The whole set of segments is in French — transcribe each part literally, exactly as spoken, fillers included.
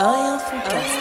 Orient Foodcast.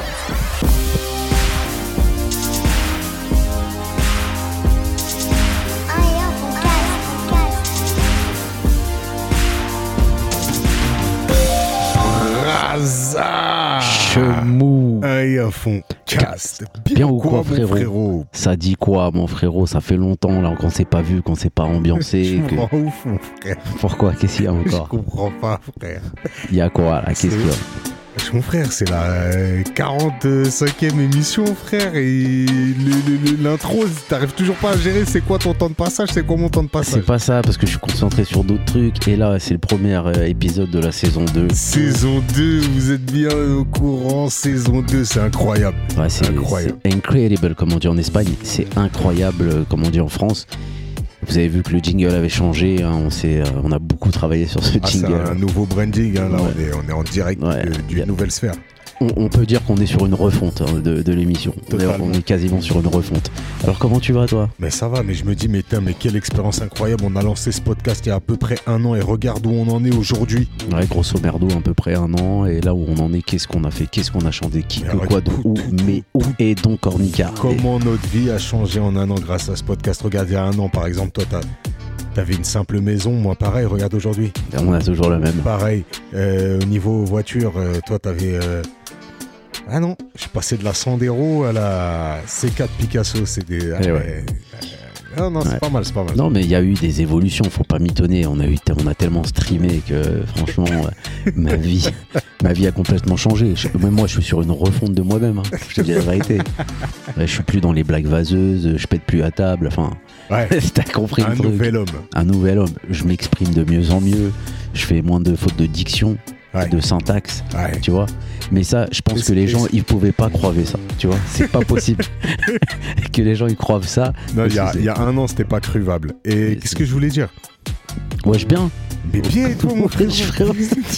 Raza Chemou. Aïe à fond. Cast. Bien, Bien ou quoi, quoi, mon frérot, frérot Ça dit quoi, mon frérot? Ça fait longtemps là qu'on s'est pas vu, qu'on s'est pas ambiancé. Je que... m'en ouf, mon frère. Pourquoi? Qu'est-ce qu'il y a Je encore? comprends pas, frère. Il y a quoi là? Qu'est-ce C'est- qu'il y a? Mon frère, c'est la euh, quarante-cinquième émission, frère. Et le- le- le- l'intro, t'arrives toujours pas à gérer. C'est quoi ton temps de passage? C'est quoi mon temps de passage? C'est pas ça, parce que je suis concentré sur d'autres trucs. Et là, c'est le premier euh, épisode de la saison deux. Saison deux, vous êtes bien au courant. Saison deux, c'est incroyable. Ouais, c'est Incroyable. c'est incredible, comme on dit en Espagne. C'est incroyable, euh, comme on dit en France. Vous avez vu que le jingle avait changé. Hein, on, s'est, euh, on a beaucoup travaillé sur ce Ah, c'est jingle. un nouveau branding. Hein, là, Ouais. on, est, on est en direct Ouais. de- d'une Y a- nouvelle sphère. On, on peut dire qu'on est sur une refonte hein, de, de l'émission. D'ailleurs, Totalement. on est quasiment sur une refonte. Alors, comment tu vas, toi? Mais ça va, mais je me dis, mais, putain, mais quelle expérience incroyable. On a lancé ce podcast il y a à peu près un an et regarde où on en est aujourd'hui. Ouais, grosso merdo, à peu près un an. Et là où on en est, qu'est-ce qu'on a fait? Qu'est-ce qu'on a chanté? Qui, Mais que, arrête, quoi, de tout, où, tout, mais tout, où est donc Cornica? Comment notre vie a changé en un an grâce à ce podcast. Regarde, il y a un an, par exemple, toi, t'as, t'avais une simple maison. Moi, pareil, regarde aujourd'hui. Et on a toujours le même. Pareil, euh, au niveau voiture, euh, toi, t'avais... euh, Ah non, je suis passé de la Sandero à la C quatre Picasso. C'est des... ah, Eh ouais. euh, Non, non, c'est Ouais. pas mal, c'est pas mal. Non, mais il y a eu des évolutions, faut pas mitonner. On a, eu, on a tellement streamé que, franchement, euh, ma, vie, ma vie a complètement changé. Je- même moi, je suis sur une refonte de moi-même. Hein. Je te dis la vérité. Ouais, je suis plus dans les blagues vaseuses, je pète plus à table. Enfin, Ouais, t'as compris un le truc. nouvel homme. Un nouvel homme. Je m'exprime de mieux en mieux. Je fais moins de fautes de diction, Ouais. de syntaxe, Ouais. tu vois. Mais ça, je pense Et que c'est- les et gens, c'est- ils pouvaient pas croiver ça, tu vois. C'est pas possible que les gens, ils croivent ça. Non, il y, a- Parce que il y a un an, c'était pas cruvable. Et Mais qu'est-ce c'est- que je voulais dire? c'est- Wesh bien. Mais bien, et toi, mon frère? Wesh, frérot.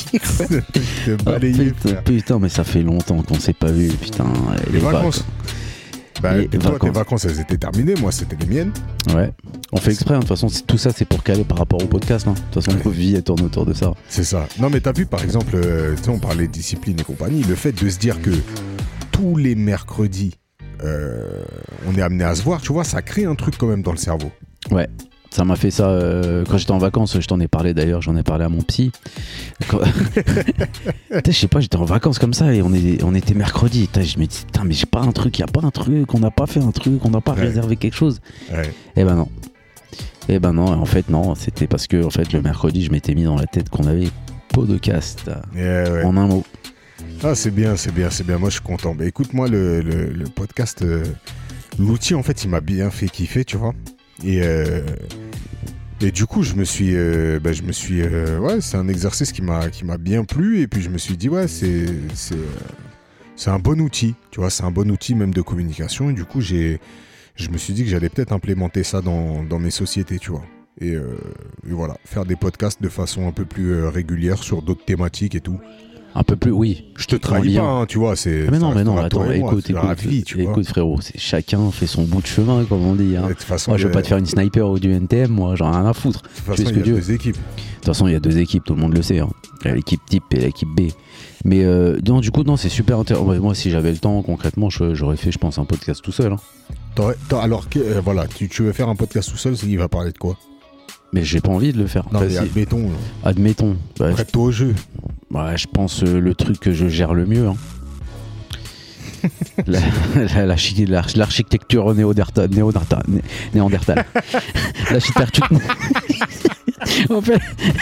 Je te Ah, balayais, putain, frère. putain, mais ça fait longtemps qu'on s'est pas vu, putain. Les vacances. Bah, Les toi, vacances. tes vacances, elles étaient terminées. Moi, c'était les miennes. Ouais. On fait exprès, hein, de toute façon, c'est- tout ça, c'est pour caler par rapport au podcast. hein. De toute façon, Ouais. nos vies, elles tournent autour de ça. C'est ça. Non, mais t'as vu, par exemple, euh, tu sais, on parlait de discipline et compagnie. Le fait de se dire que tous les mercredis, euh, on est amené à se voir, tu vois, ça crée un truc quand même dans le cerveau. Ouais. Ça m'a fait ça euh, quand j'étais en vacances. Je t'en ai parlé d'ailleurs, j'en ai parlé à mon psy. Quand- Putain, je sais pas, j'étais en vacances comme ça et on, est, on était mercredi. Putain, je me dis, putain, mais j'ai pas un truc, y a pas un truc, on n'a pas fait un truc, on n'a pas Ouais. réservé quelque chose. Ouais. Eh ben non. Eh ben non, en fait, non. C'était parce que en fait, le mercredi, je m'étais mis dans la tête qu'on avait podcast. Et, euh, ouais. En un mot. Ah, c'est bien, c'est bien, c'est bien. Moi, je suis content. Bah, écoute, moi, le, le, le podcast, euh, l'outil, en fait, il m'a bien fait kiffer, tu vois. Et, euh, et du coup, je me suis, euh, bah, je me suis, euh, ouais, c'est un exercice qui m'a, qui m'a bien plu. Et puis, je me suis dit, ouais, c'est, c'est, euh, c'est un bon outil, tu vois, c'est un bon outil même de communication. Et du coup, j'ai, je me suis dit que j'allais peut-être implémenter ça dans, dans mes sociétés, tu vois. Et, euh, et voilà, faire des podcasts de façon un peu plus euh, régulière sur d'autres thématiques et tout. Un peu plus, oui. Je te En trahis lien. pas, hein, tu vois, c'est... Ah, mais ça non, mais non, restera toi attends, et moi, écoute, c'est dans la écoute, vie, tu vois. écoute, frérot, c'est, chacun fait son bout de chemin, comme on dit. Hein. De toute façon, Moi, je veux il y pas a- te faire une sniper ou du N T M, moi, j'en ai rien à foutre. De toute tu façon, fais ce il que y tu a veux. deux équipes. De toute façon, il y a deux équipes, tout le monde le sait. Hein. Il y a l'équipe type et l'équipe B. Mais euh, non, du coup, non, c'est super intéressant. Ouais, moi, si j'avais le temps, concrètement, je- j'aurais fait, je pense, un podcast tout seul. Hein. T'aurais- t'as- alors, que- euh, voilà, tu, tu veux faire un podcast tout seul, il va parler de quoi? Mais j'ai pas envie de le faire. Non, Enfin, mais si- admettons, là, Admettons. Bah, je, prête-toi au jeu. ouais, je pense euh, le truc que je gère le mieux. Hein. la, la- l'archi- l'arch- l'architecture néoderta- néoderta- né- néandertale. L'architecture. en fait.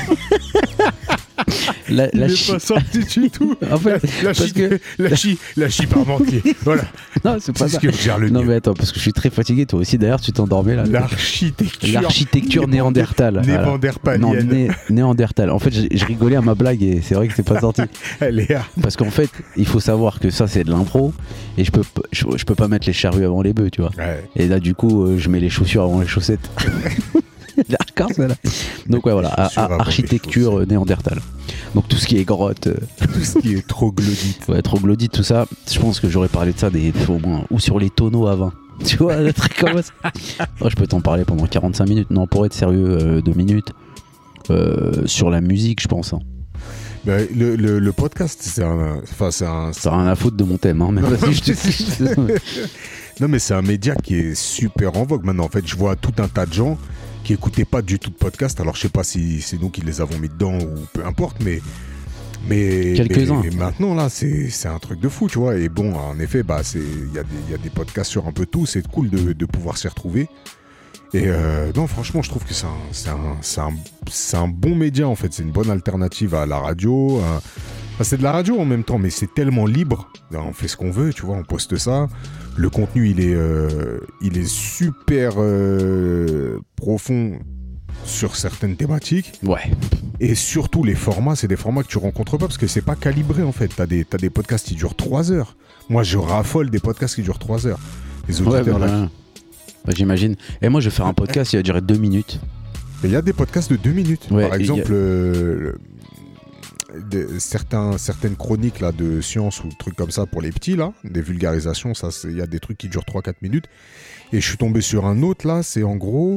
la, Il la est chi- pas sorti du tout. En fait, La parce chi, que- la chi, la chi parmentier. Voilà, non, c'est pas c'est ça. ce que je gère le Non, mieux. mais attends, parce que je suis très fatigué. Toi aussi, d'ailleurs, tu t'endormais là. L'architecture. L'architecture Né- néandertale. voilà. Non, Néandertalienne. né- néandertale. En fait, je, je rigolais à ma blague et c'est vrai que c'est pas sorti. Elle est là. Parce qu'en fait, il faut savoir que ça, c'est de l'impro et je peux, p- je, je peux pas mettre les charrues avant les bœufs, tu vois. Ouais. Et là, du coup, euh, je mets les chaussures avant les chaussettes. D'accord, ça là. Donc, ouais, voilà, a- Chaussures a- avant les architecture chaussettes. euh, néandertale. Donc, tout ce qui est grotte, euh, Tout ce qui est troglodyte. ouais, troglodyte, tout ça, je pense que j'aurais parlé de ça des, au moins, ou sur les tonneaux à vin. Tu vois, le truc comme ça. Oh, je peux t'en parler pendant quarante-cinq minutes. Non, pour être sérieux, euh, deux minutes. Euh, sur la musique, je pense. Hein. Bah, le, le, le podcast, c'est un, enfin, c'est un. Ça a rien à foutre de mon thème, hein. Mais vas-y, je te... Non, mais c'est un média qui est super en vogue maintenant. En fait, je vois tout un tas de gens qui écoutaient pas du tout de podcast. Alors, je sais pas si c'est nous qui les avons mis dedans ou peu importe, mais. Mais, Quelques-uns. mais, mais maintenant, là, c'est, c'est un truc de fou, tu vois. Et bon, en effet, bah, c'est, il y a des, il y a des podcasts sur un peu tout. C'est cool de, de pouvoir s'y retrouver. Et euh, non, franchement, je trouve que c'est un, c'est, un, c'est, un, c'est un bon média, en fait. C'est une bonne alternative à la radio. À... Enfin, c'est de la radio en même temps, mais c'est tellement libre. On fait ce qu'on veut, tu vois, on poste ça. Le contenu, il est, euh, il est super euh, profond sur certaines thématiques. Ouais. Et surtout, les formats, c'est des formats que tu rencontres pas parce que c'est pas calibré, en fait. T'as des, t'as des podcasts qui durent trois heures. Moi, je raffole des podcasts qui durent trois heures. Les auditeurs, ouais, bah, là, bah, j'imagine. Et moi, je vais faire un podcast, il va durer deux minutes. il y a des podcasts de deux minutes. Ouais, Par exemple, a... euh, de, certains, certaines chroniques là, de science ou trucs comme ça pour les petits, là, des vulgarisations, ça, il y a des trucs qui durent trois à quatre minutes. Et je suis tombé sur un autre, là, c'est en gros...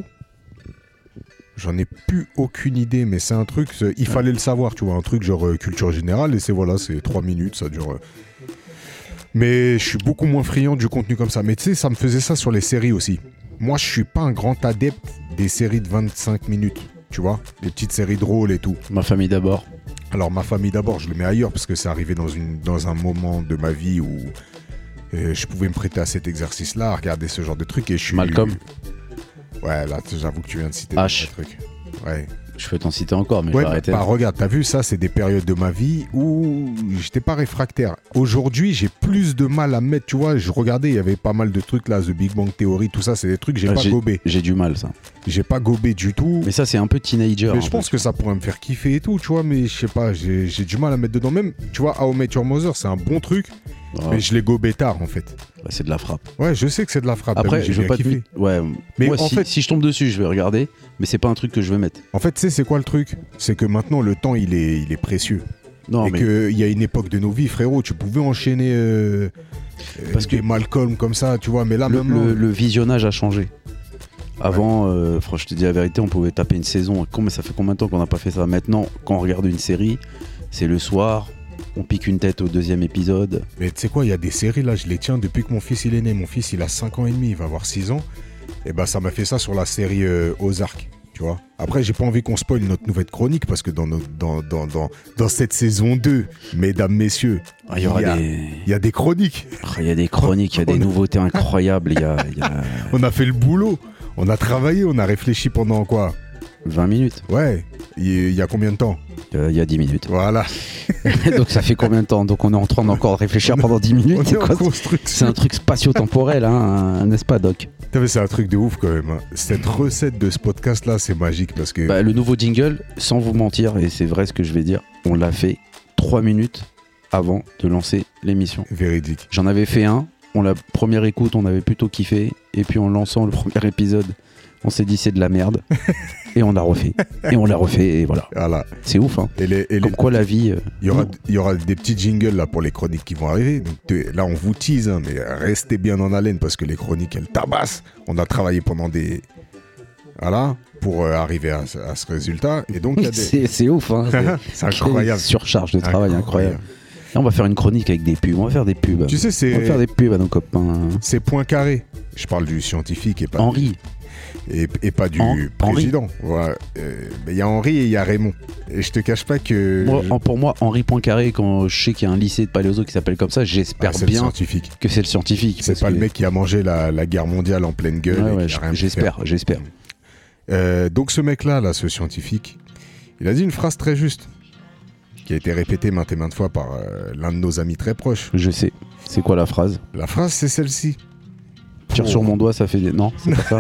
J'en ai plus aucune idée, mais c'est un truc, c'est, il fallait le savoir, tu vois, un truc genre euh, culture générale, et c'est voilà, c'est trois minutes, ça dure... Euh... Mais je suis beaucoup moins friand du contenu comme ça. Mais tu sais, ça me faisait ça sur les séries aussi. Moi, je suis pas un grand adepte des séries de vingt-cinq minutes, tu vois, les petites séries drôles et tout. Ma famille d'abord. Alors, ma famille d'abord, je le mets ailleurs, parce que c'est arrivé dans, une, dans un moment de ma vie où euh, je pouvais me prêter à cet exercice-là, à regarder ce genre de trucs, et je suis... Malcolm. Ouais, là, j'avoue que tu viens de citer H. des trucs. Ouais. Je peux t'en citer encore, mais ouais, je vais arrêter. Bah, regarde, t'as vu, ça, c'est des périodes de ma vie où j'étais pas réfractaire. Aujourd'hui, j'ai plus de mal à mettre, tu vois, je regardais, il y avait pas mal de trucs là, The Big Bang Theory, tout ça, c'est des trucs que j'ai Ah, pas j'ai, gobé. J'ai du mal, ça. J'ai pas gobé du tout. Mais ça, c'est un peu teenager. Mais je pense que ça pourrait me faire kiffer et tout, tu vois, mais je sais pas, j'ai, j'ai du mal à mettre dedans. Même, tu vois, How I Met Your Mother, c'est un bon truc, oh. mais je l'ai gobé tard, en fait. Bah, c'est de la frappe. Ouais, je sais que c'est de la frappe. Après, j'ai je veux pas kiffé. te... Ouais, mais moi, en si, fait... si je tombe dessus, je vais regarder, mais c'est pas un truc que je vais mettre. En fait, tu sais, c'est quoi le truc ? C'est que maintenant, le temps, il est, il est précieux. Non, et mais... qu'il y a une époque de nos vies, frérot, tu pouvais enchaîner euh, Parce que Malcolm comme ça, tu vois, mais là, le, maintenant... le, le visionnage a changé. Avant, ouais. euh, franchement, je te dis la vérité, on pouvait taper une saison. Mais ça fait combien de temps qu'on n'a pas fait ça ? Maintenant, quand on regarde une série, c'est le soir, on pique une tête au deuxième épisode. Mais tu sais quoi, il y a des séries là, je les tiens depuis que mon fils il est né. Mon fils il a cinq ans et demi, il va avoir six ans. Et bah ça m'a fait ça sur la série euh, Ozark, tu vois. Après, j'ai pas envie qu'on spoil notre nouvelle chronique parce que dans, notre, dans, dans, dans, dans cette saison deux, mesdames, messieurs, ah, il y aura y a, des... y a des chroniques. Il y a des chroniques, il y a des nouveautés incroyables. Y a, y a... On a fait le boulot, on a travaillé, on a réfléchi pendant quoi ? vingt minutes. Ouais, il y a combien de temps ? Il euh, y a dix minutes. Voilà. Donc ça fait combien de temps ? Donc on est en train d'encore réfléchir on pendant dix minutes. On c'est, est quoi en construction. C'est un truc spatio-temporel, hein, n'est-ce pas, Doc ? C'est un truc de ouf quand même. Hein. Cette recette de ce podcast-là, c'est magique parce que... Bah, le nouveau jingle, sans vous mentir, et c'est vrai ce que je vais dire, on l'a fait trois minutes avant de lancer l'émission. Véridique. J'en avais fait un, on la première écoute, on avait plutôt kiffé, et puis en lançant le premier épisode, on s'est dit c'est de la merde, et on l'a refait, et on l'a refait, et voilà. voilà. C'est ouf, hein. Et les, et Comme les... quoi la vie... Euh... Il y aura, il y aura des petits jingles là pour les chroniques qui vont arriver. Donc, là, on vous tease, hein, mais restez bien en haleine parce que les chroniques, elles tabassent. On a travaillé pendant des... Voilà, pour euh, arriver à, à ce résultat. Et donc, y a des... c'est, c'est ouf, hein. C'est, c'est incroyable. Surcharge de travail incroyable. incroyable. Là, on va faire une chronique avec des pubs. On va faire des pubs. Tu sais, c'est... On va faire des pubs à nos copains. C'est Poincaré. Je parle du scientifique et pas... Henri. Du... Et, et pas du en, président. Il ouais. euh, y a Henri et il y a Raymond. Et je te cache pas que... Moi, pour moi, Henri Poincaré, quand je sais qu'il y a un lycée de Palaiseau qui s'appelle comme ça, j'espère ah, bien que c'est le scientifique. C'est pas que... le mec qui a mangé la, la guerre mondiale en pleine gueule. Ouais, ouais, j'espère, j'espère. Euh, donc ce mec-là, là, ce scientifique, il a dit une phrase très juste, qui a été répétée maintes et maintes fois par euh, l'un de nos amis très proches. Je sais. C'est quoi la phrase ? La phrase, c'est celle-ci. Tire oh. sur mon doigt, ça fait des... Non, c'est pas ça.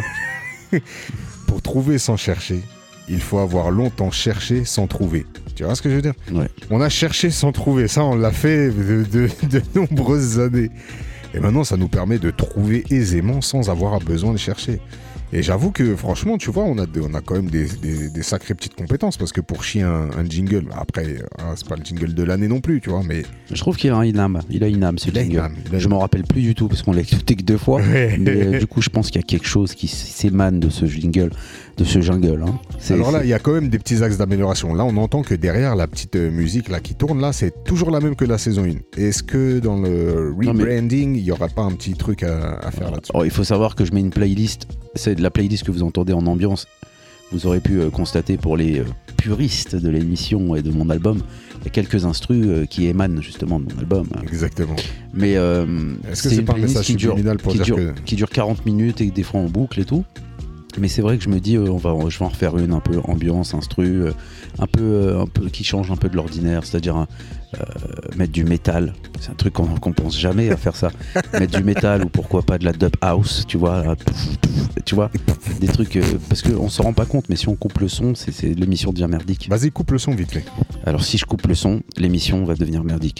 Pour trouver sans chercher, il faut avoir longtemps cherché sans trouver. Tu vois ce que je veux dire ? Ouais. On a cherché sans trouver, ça on l'a fait de, de, de nombreuses années. Et maintenant ça nous permet de trouver aisément sans avoir besoin de chercher. Et j'avoue que franchement, tu vois, on a, de, on a quand même des, des, des sacrées petites compétences parce que pour chier un, un jingle, après, hein, c'est pas le jingle de l'année non plus, tu vois, mais. Je trouve qu'il a une âme. Il a une âme, ce Il a une jingle. âme, il a une Je m'en rappelle plus du tout parce qu'on l'a écouté que deux fois. Ouais. Mais euh, du coup, je pense qu'il y a quelque chose qui s- s'émane de ce jingle, de ce jingle. Hein. C'est- Alors là, c'est- il y a quand même des petits axes d'amélioration. Là, on entend que derrière la petite euh, musique là qui tourne là, c'est toujours la même que la saison un. Est-ce que dans le Non, mais- rebranding, il y aura pas un petit truc à, à faire là-dessus? Oh, il faut savoir que je mets une playlist. C'est de la playlist que vous entendez en ambiance. Vous aurez pu euh, constater pour les euh, puristes de l'émission et de mon album, il y a quelques instrus euh, qui émanent justement de mon album. Exactement. Mais euh, Est-ce que c'est une pas un playlist message qui dure, subliminal pour qui, dire dure, que- qui dure quarante minutes et des fois en boucle et tout. Mais c'est vrai que je me dis, euh, on va, je vais en refaire une un peu ambiance, instru, euh, un peu, euh, un peu qui change un peu de l'ordinaire, c'est-à-dire euh, mettre du métal. C'est un truc qu'on qu'on pense jamais à faire ça. Mettre du métal ou pourquoi pas de la dub house, tu vois, là, pouf, pouf, tu vois, des trucs euh, parce qu'on s'en rend pas compte, mais si on coupe le son, c'est, c'est l'émission devient merdique. Vas-y, coupe le son vite fait. Alors si je coupe le son, l'émission va devenir merdique.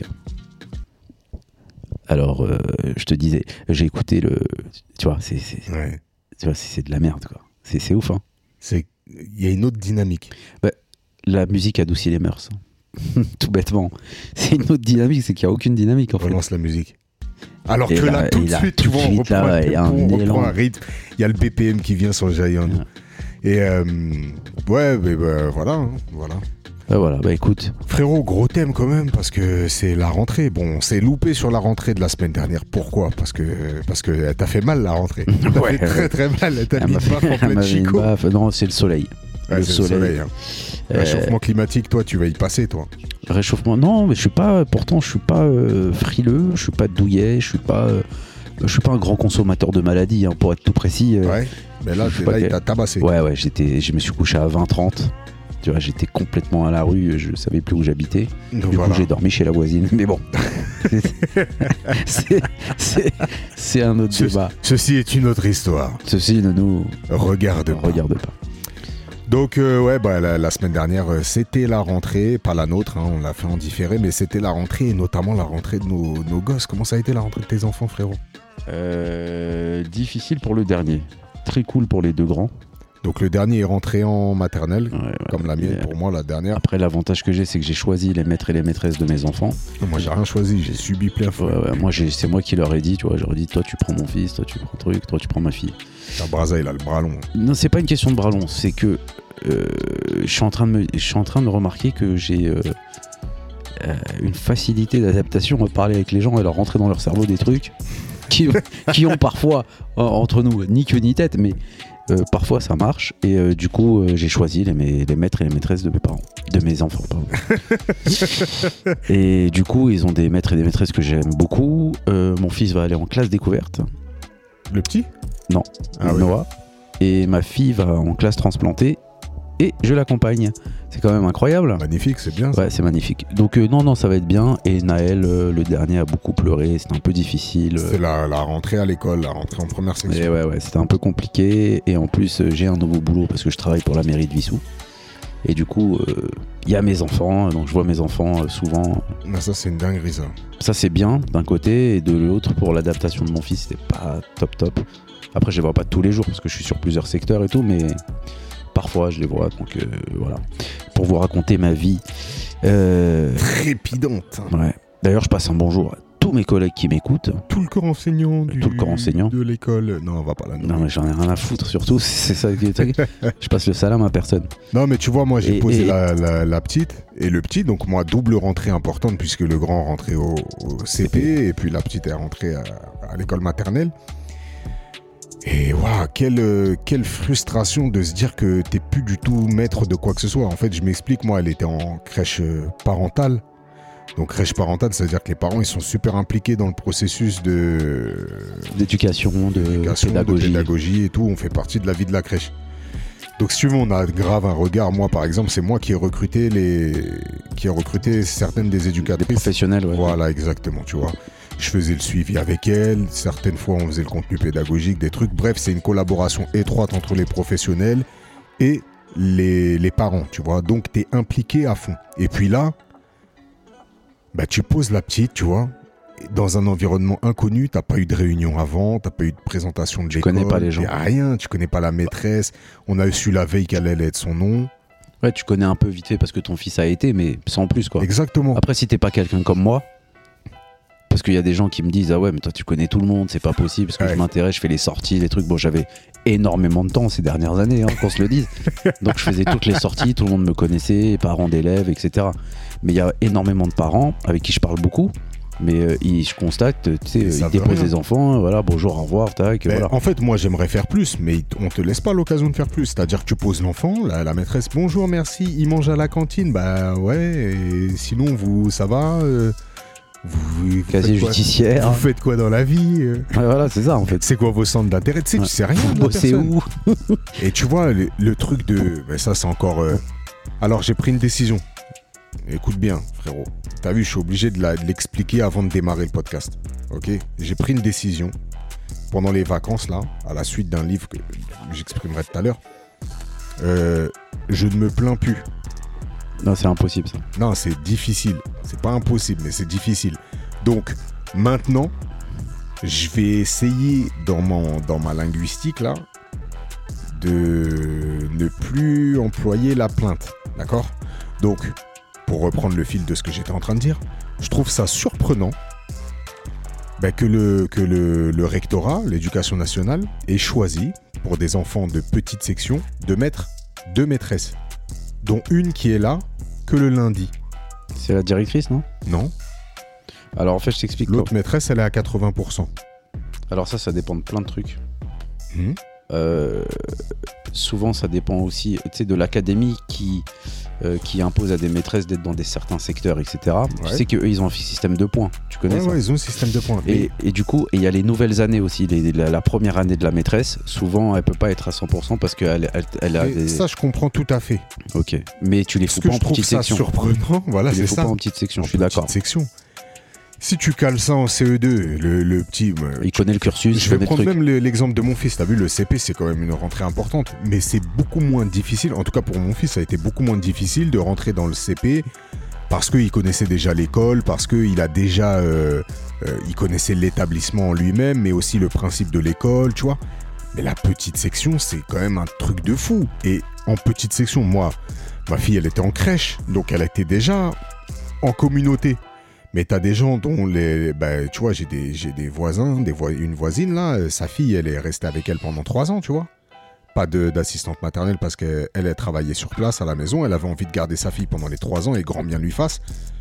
Alors euh, je te disais, j'ai écouté le, tu vois, c'est, c'est, Ouais. tu vois, c'est, c'est de la merde quoi. C'est, c'est ouf hein. C'est, il y a une autre dynamique. La musique adoucit les mœurs. Tout bêtement. C'est une autre dynamique, c'est qu'il n'y a aucune dynamique en fait. Relance la musique. Alors Et que là, là, tout et de là, suite, tout tu de vois, on suite, reprend, là, un il y a tempo, un on reprend élan. un rythme. Il y a le B P M qui vient sur Giant. Ouais. Et euh, ouais, mais bah, voilà, hein, voilà. Bah voilà, bah écoute. Frérot, gros thème quand même parce que c'est la rentrée. Bon, on s'est loupé sur la rentrée de la semaine dernière. Pourquoi? Parce que parce que elle t'a fait mal la rentrée. Elle t'a Ouais. fait très très mal. Elle t'a Elle mis m'a une baffe en elle pleine m'a mis une chico. baffe. Non, c'est le soleil. Ouais, le c'est soleil. le soleil. Hein. Euh, Réchauffement climatique, toi, tu vas y passer, toi. Réchauffement. Non, mais je suis pas. Pourtant, je suis pas euh, frileux. Je suis pas douillet. Je suis pas. euh, je suis pas un grand consommateur de maladies, hein, pour être tout précis. euh, Ouais. Mais là, je sais t'es- pas là il quel- t'a tabassé. Ouais, ouais, j'étais, je me suis couché à vingt trente. Tu vois, j'étais complètement à la rue, je savais plus où j'habitais. Donc Du voilà. coup, j'ai dormi chez la voisine. Mais bon, c'est, c'est, c'est un autre Ce- débat. Ceci est une autre histoire. Ceci ne nous Regarde pas. regarde pas. Donc euh, ouais, bah, la, la semaine dernière, euh, c'était la rentrée, pas la nôtre, hein, on l'a fait en différé, mais c'était la rentrée, et notamment la rentrée de nos, nos gosses. Comment ça a été la rentrée de tes enfants, frérot? Euh, difficile pour le dernier. Très cool pour les deux grands. Donc le dernier est rentré en maternelle, Ouais, ouais. comme la mienne Et, pour moi, la dernière. Après, l'avantage que j'ai, c'est que j'ai choisi les maîtres et les maîtresses de mes enfants. Moi j'ai rien choisi, j'ai subi plein fouet. Ouais, ouais, moi, j'ai, c'est moi qui leur ai dit, tu vois, j'aurais dit, toi tu prends mon fils, toi tu prends truc, toi tu prends ma fille. La brasa, il a le bras long. Non, c'est pas une question de bras long, c'est que euh, je suis en train de me, je suis en train de remarquer que j'ai euh, euh, une facilité d'adaptation à parler avec les gens et leur rentrer dans leur cerveau des trucs qui, qui ont parfois euh, entre nous ni queue ni tête, mais euh, parfois ça marche et euh, du coup euh, j'ai choisi les, mes- les maîtres et les maîtresses de mes parents, de mes enfants, pardon. Et du coup ils ont des maîtres et des maîtresses que j'aime beaucoup. Euh, mon fils va aller en classe découverte. Le petit? Non. Ah oui. Noah. Et ma fille va en classe transplantée et je l'accompagne. C'est quand même incroyable. Magnifique, c'est bien ça. Ouais, c'est magnifique. Donc euh, non, non, ça va être bien. Et Naël, euh, le dernier, a beaucoup pleuré. C'était un peu difficile. C'était la, la rentrée à l'école, la rentrée en première section. Et ouais, ouais, c'était un peu compliqué. Et en plus, euh, j'ai un nouveau boulot parce que je travaille pour la mairie de Vissou. Et du coup, il y a mes enfants. Donc je vois mes enfants euh, souvent. Mais ça, c'est une dinguerie, ça. Ça, c'est bien d'un côté. Et de l'autre, pour l'adaptation de mon fils, c'était pas top top. Après, je les vois pas tous les jours parce que je suis sur plusieurs secteurs et tout. Mais parfois, je les vois. Donc euh, voilà. Pour vous raconter ma vie. Euh, Trépidante. hein. ouais. D'ailleurs, je passe un bonjour à tous mes collègues qui m'écoutent. Tout le corps enseignant du... Tout le corps enseignant. de l'école. Non, on va pas là. Non, mais j'en ai rien à foutre, surtout. C'est ça qui est. Je passe le salam à personne. Non, mais tu vois, moi, j'ai Et- posé et- La, la- la petite et le petit. Donc, moi, double rentrée importante puisque le grand rentrait au, au C P et puis la petite est rentrée à, à l'école maternelle. Et waouh, quelle, euh, quelle frustration de se dire que t'es plus du tout maître de quoi que ce soit. En fait, je m'explique, moi, elle était en crèche euh, parentale. Donc, crèche parentale, c'est-à-dire que les parents, ils sont super impliqués dans le processus de D'éducation, de d'éducation, de pédagogie. pédagogie et tout. On fait partie de la vie de la crèche. Donc, si tu veux, on a grave un regard. Moi, par exemple, c'est moi qui ai recruté les, qui ai recruté certaines des Des éducatrices. professionnels, ouais. Voilà, exactement, tu vois. Je faisais le suivi avec elles. Certaines fois, on faisait le contenu pédagogique, des trucs. Bref, c'est une collaboration étroite entre les professionnels et les, les parents, tu vois. Donc, tu es impliqué à fond. Et puis là, bah, tu poses la petite, tu vois. dans un environnement inconnu, t'as pas eu de réunion avant, t'as pas eu de présentation de Tu l'école. connais pas les gens. Y a rien, tu connais pas la maîtresse. On a su la veille qu'elle allait être son nom. Ouais, tu connais un peu vite fait parce que ton fils a été, mais sans plus, quoi. Exactement. Après, si t'es pas quelqu'un comme moi, parce qu'il y a des gens qui me disent ah ouais mais toi tu connais tout le monde, c'est pas possible parce que ouais. je m'intéresse, je fais les sorties, les trucs. Bon, j'avais énormément de temps ces dernières années, hein, qu'on se le dise. Donc je faisais toutes les sorties, tout le monde me connaissait, les parents d'élèves, et cetera. Mais il y a énormément de parents avec qui je parle beaucoup. Mais euh, ils, je constate, tu sais, ils déposent des enfants, voilà, bonjour, au revoir, tac, Mais voilà. en fait, moi, j'aimerais faire plus, mais on te laisse pas l'occasion de faire plus. C'est-à-dire que tu poses l'enfant, la, la maîtresse, bonjour, merci, il mange à la cantine, bah ouais, et sinon, vous, ça va euh, vous, Casier judiciaire. Vous faites quoi dans la vie euh Ouais, voilà, c'est ça, en fait. C'est quoi vos centres d'intérêt? Tu sais, ouais. tu sais rien Vous de la bossez personne. où? Et tu vois, le, le truc de... Ben ça, c'est encore... euh, Alors, j'ai pris une décision. Écoute bien, frérot. T'as vu, je suis obligé de, la, de l'expliquer avant de démarrer le podcast. Ok? J'ai pris une décision pendant les vacances, là, à la suite d'un livre que j'exprimerai tout à l'heure. Euh, je ne me plains plus. Non, c'est impossible, ça. Non, c'est difficile. C'est pas impossible, mais c'est difficile. Donc, maintenant, je vais essayer, dans, mon, dans ma linguistique, là, de ne plus employer la plainte. D'accord? Donc, pour reprendre le fil de ce que j'étais en train de dire, je trouve ça surprenant bah, que, le, que le, le rectorat, l'éducation nationale, ait choisi, pour des enfants de petite section, de mettre deux maîtresses, dont une qui est là que le lundi. C'est la directrice, non? Non. Alors en fait, je t'explique. L'autre maîtresse, elle est à quatre-vingts pour cent. Alors ça, ça dépend de plein de trucs. Mmh. Euh, souvent, ça dépend aussi, tu sais, de l'académie qui, euh, qui impose à des maîtresses d'être dans des certains secteurs, et cetera. Ouais. Tu sais qu'eux, ils ont un système de points. Tu connais Ouais, ça? ouais, ils ont un système de points. Et, et du coup, il y a les nouvelles années aussi. Les, la, la première année de la maîtresse, souvent, elle peut pas être à cent pour cent parce qu'elle elle, elle a Mais des... ça, je comprends tout à fait. Ok. Mais tu les Ce fous que pas je en trouve petite ça section. surprenant, voilà, Tu les c'est fous ça. pas en petite section, En je suis petite d'accord. section. Si tu cales ça en C E deux, le, le petit... Il connaît le cursus, Je il vais connaît le prendre truc. même le- l'exemple de mon fils. T'as vu, le C P, c'est quand même une rentrée importante. Mais c'est beaucoup moins difficile. En tout cas, pour mon fils, ça a été beaucoup moins difficile de rentrer dans le C P parce qu'il connaissait déjà l'école, parce qu'il a déjà... Euh, euh, il connaissait l'établissement en lui-même, mais aussi le principe de l'école, tu vois. Mais la petite section, c'est quand même un truc de fou. Et en petite section, moi, ma fille, elle était en crèche. Donc, elle était déjà en communauté. Mais t'as des gens dont les, bah, tu vois, j'ai des, j'ai des voisins, des vo- une voisine là, euh, sa fille, elle est restée avec elle pendant trois ans, tu vois. Pas de, d'assistante maternelle parce qu'elle, elle travaillait sur place à la maison, elle avait envie de garder sa fille pendant les trois ans et grand bien lui fasse.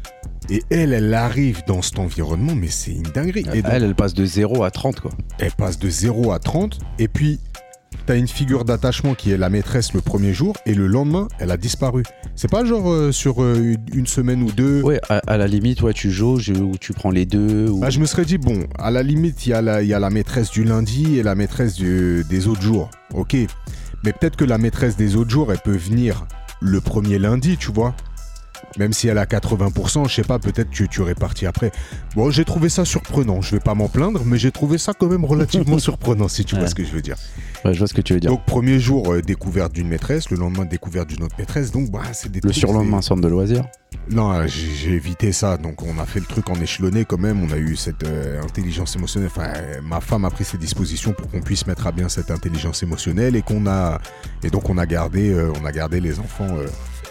Et elle, elle arrive dans cet environnement, mais c'est une dinguerie. Et donc, Elle, elle passe de zéro à trente, quoi. elle passe de zéro à trente, et puis t'as une figure d'attachement qui est la maîtresse le premier jour, et le lendemain, elle a disparu. C'est pas genre euh, sur euh, une semaine ou deux. Ouais, à, à la limite, ouais, tu jauges ou tu prends les deux. Ou... Bah, je me serais dit, bon, à la limite, il y, a la- il y a la maîtresse du lundi et la maîtresse du- des autres jours. Ok. Mais peut-être que la maîtresse des autres jours, elle peut venir le premier lundi, tu vois. Même si elle a quatre-vingts pour cent, je sais pas, peut-être que tu répartis après. Bon, j'ai trouvé ça surprenant. Je vais pas m'en plaindre, mais j'ai trouvé ça quand même relativement surprenant, si tu vois Ouais. ce que je veux dire. Ouais, je vois ce que tu veux dire. Donc, premier jour, euh, découverte d'une maîtresse. Le lendemain, découverte d'une autre maîtresse. Donc, bah, c'est des Le trucs, surlendemain, c'est- centre de loisirs. Non, euh, j'ai j'ai évité ça. Donc, on a fait le truc en échelonné quand même. On a eu cette euh, intelligence émotionnelle. Enfin, euh, ma femme a pris ses dispositions pour qu'on puisse mettre à bien cette intelligence émotionnelle et qu'on a et donc on a gardé, euh, on a gardé les enfants. euh,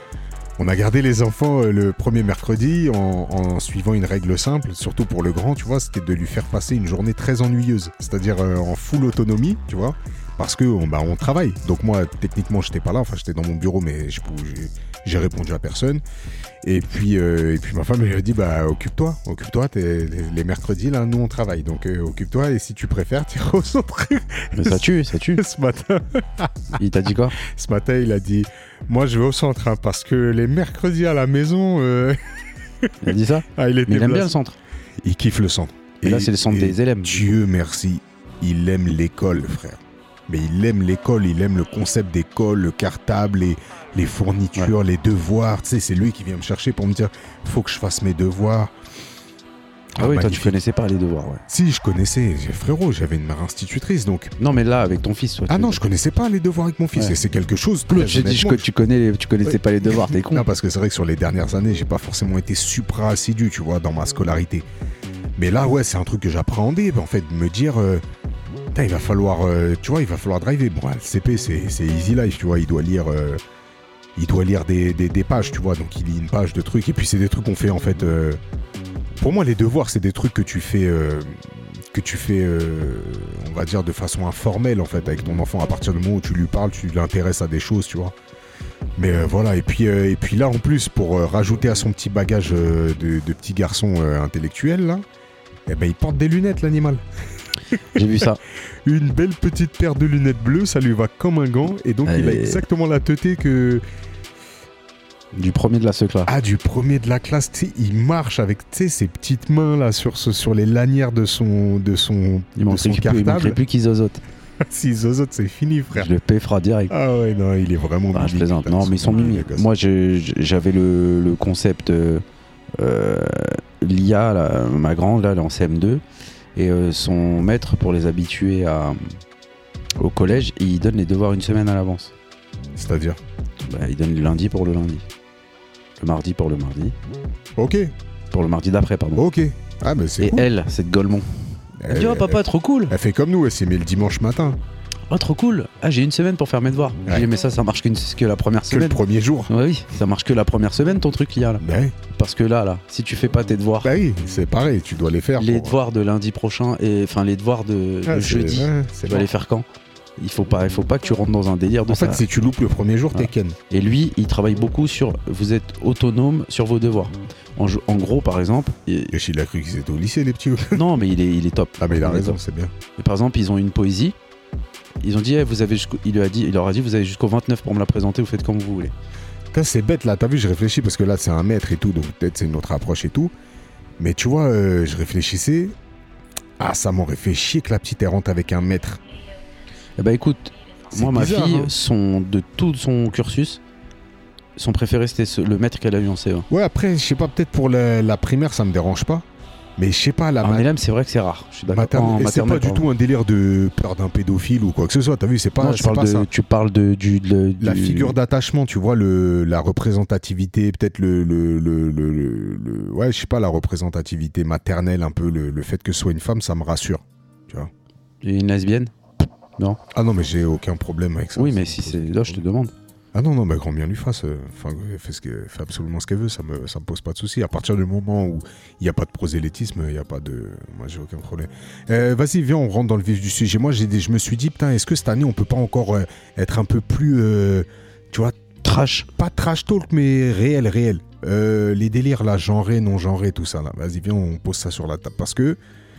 On a gardé les enfants euh, le premier mercredi en, en suivant une règle simple, surtout pour le grand, tu vois, c'était de lui faire passer une journée très ennuyeuse, c'est-à-dire euh, en full autonomie, tu vois, parce que on, bah, on travaille. Donc moi, techniquement, j'étais pas là, enfin j'étais dans mon bureau, mais je pouvais- j'ai, j'ai répondu à personne. Et puis, euh, et puis ma femme elle a dit, bah occupe-toi, occupe-toi, t'es- les, les mercredis là, nous on travaille, donc euh, occupe-toi et si tu préfères, tu iras au centre. Mais ça tue, ça tue. Ce matin. Il t'a dit quoi? Ce matin, il a dit « Moi, je vais au centre, hein, parce que les mercredis à la maison... euh, Il a dit ça? ah, il était Mais il aime bien blasé. le centre. Il kiffe le centre. Et là, c'est le centre et des élèves. Dieu merci, il aime l'école, frère. Mais il aime l'école, il aime le concept d'école, le cartable, les, les fournitures, les devoirs. Tu sais, c'est lui qui vient me chercher pour me dire « Faut que je fasse mes devoirs. » Ah oui, toi, tu magnifique. connaissais pas les devoirs, ouais. Si, je connaissais. J'ai- Frérot, j'avais une mère institutrice, donc... Non, mais là, avec ton fils, toi. Ah tu- non, je connaissais pas les devoirs avec mon fils. Ouais. Et c'est quelque chose... très L'autre, j'ai dit honnêtement, que tu connais, tu connaissais Ouais. pas les devoirs, t'es con. Non, parce que c'est vrai que sur les dernières années, j'ai pas forcément été supra assidu, tu vois, dans ma scolarité. Mais là, ouais, c'est un truc que j'appréhendais, en fait, de me dire, euh, il va falloir, euh, tu vois, il va falloir driver. Bon, le C P, c'est, c'est easy life, tu vois, il doit lire, euh, il doit lire des, des, des pages, tu vois, donc il lit une page de trucs, et puis c'est des trucs qu'on fait, en fait, euh, pour moi, les devoirs, c'est des trucs que tu fais, euh, que tu fais, euh, on va dire, de façon informelle, en fait, avec ton enfant, à partir du moment où tu lui parles, tu l'intéresses à des choses, tu vois. Mais euh, voilà, et puis, euh, et puis là, en plus, pour euh, rajouter à son petit bagage euh, de, de petit garçon euh, intellectuel, là, eh ben, il porte des lunettes, l'animal. J'ai vu ça. Une belle petite paire de lunettes bleues, ça lui va comme un gant. Et donc, Allez. il a exactement la teuté que... Du premier de la secla. Ah, du premier de la classe, tu sais, il marche avec, tu sais, ses petites mains, là, sur, ce, sur les lanières de son, de son, Il de son manquerait plus, il manquerait cartable. plus qu'ils zozotent. Si zozote, c'est fini, frère. Je le paye direct. Ah ouais, non, il est vraiment Ah, je mimi, plaisante. putain, Non, mais ils sont mimi, mimi. les gosses. Moi, je- je- j'avais le, le concept. Euh, euh, L'I A, là, ma grande, là, elle est en C M deux. Et euh, son maître, pour les habituer à, au collège, il donne les devoirs une semaine à l'avance. C'est-à-dire Bah, il donne le lundi pour le lundi. Le mardi pour le mardi. Ok, Pour le mardi d'après, pardon. ok. Ah, mais c'est Et cool. elle, c'est de Golemont. Elle dit, Elle- oh papa, trop cool. Elle fait comme nous, elle s'est mis le dimanche matin, Oh, trop cool. Ah, j'ai une semaine pour faire mes devoirs. Ouais. J'ai dit, mais ça, ça marche qu'une- que la première que le semaine. premier jour. Ouais, oui, ça marche que la première semaine, ton truc, l'I A, là. Bah oui, Parce que là, là, si tu fais pas tes devoirs, bah oui, c'est pareil, tu dois les faire. les pour- devoirs de lundi prochain, et enfin les devoirs de, Ah, de c'est- jeudi, ouais, c'est tu vas bon. les faire quand? Il faut pas, il faut pas que tu rentres dans un délire de En ça. fait, si tu loupes le premier jour, t'es Ah. ken. Et lui, il travaille beaucoup sur, vous êtes autonome sur vos devoirs. En, jo- en gros, par exemple, il- Et il a cru qu'ils étaient au lycée, les petits. non, mais il est, il est top. Ah, mais il a est raison, top. c'est bien. Et par exemple, ils ont une poésie. Ils ont dit, eh, vous avez jusqu'au- il, lui a dit, il leur a dit, vous avez jusqu'au vingt-neuf pour me la présenter, vous faites comme vous voulez. Putain, c'est bête là, t'as vu, je réfléchis parce que là, c'est un maître et tout, donc peut-être c'est une autre approche et tout. Mais tu vois, euh, je réfléchissais. Ah, ça m'aurait fait chier que la petite elle rentre avec un maître. Eh ben écoute, C'est moi, ma bizarre, fille, hein. son, de tout son cursus, son préféré, c'était ce- le maître qu'elle a eu en C E un. Ouais, après, je sais pas, peut-être pour la, la primaire, ça me dérange pas. Mais je sais pas, la En ma- L M, c'est vrai que c'est rare. Je suis d'accord. materne- En et c'est maternelle, pas du pardon. tout un délire de peur d'un pédophile ou quoi que ce soit. T'as vu, c'est pas, Non, tu c'est parles, pas de, ça. tu parles de, du, de- La du- figure d'attachement, tu vois, le, la représentativité, peut-être le, le, le, le, le- le- ouais, je sais pas, la représentativité maternelle, un peu, le, le fait que ce soit une femme, ça me rassure. Une lesbienne. Ah non, mais j'ai aucun problème avec ça. Oui, mais Ça si me pose c'est. pas de Là, je te problème. demande. Ah non, non, mais grand bien lui fasse. euh, Enfin, elle fait, ce que, fait absolument ce qu'elle veut, ça me, ça me pose pas de souci. À partir du moment où il n'y a pas de prosélytisme, il n'y a pas de. Moi, j'ai aucun problème. Euh, vas-y, viens, on rentre dans le vif du sujet. Moi, j'ai des- je me suis dit, putain, est-ce que cette année, on peut pas encore euh, être un peu plus. euh, tu vois, Trash. pas trash talk, mais réel, réel. Euh, les délires là, genrés, non genrés, tout ça là. Vas-y, viens, on pose ça sur la table. Parce que.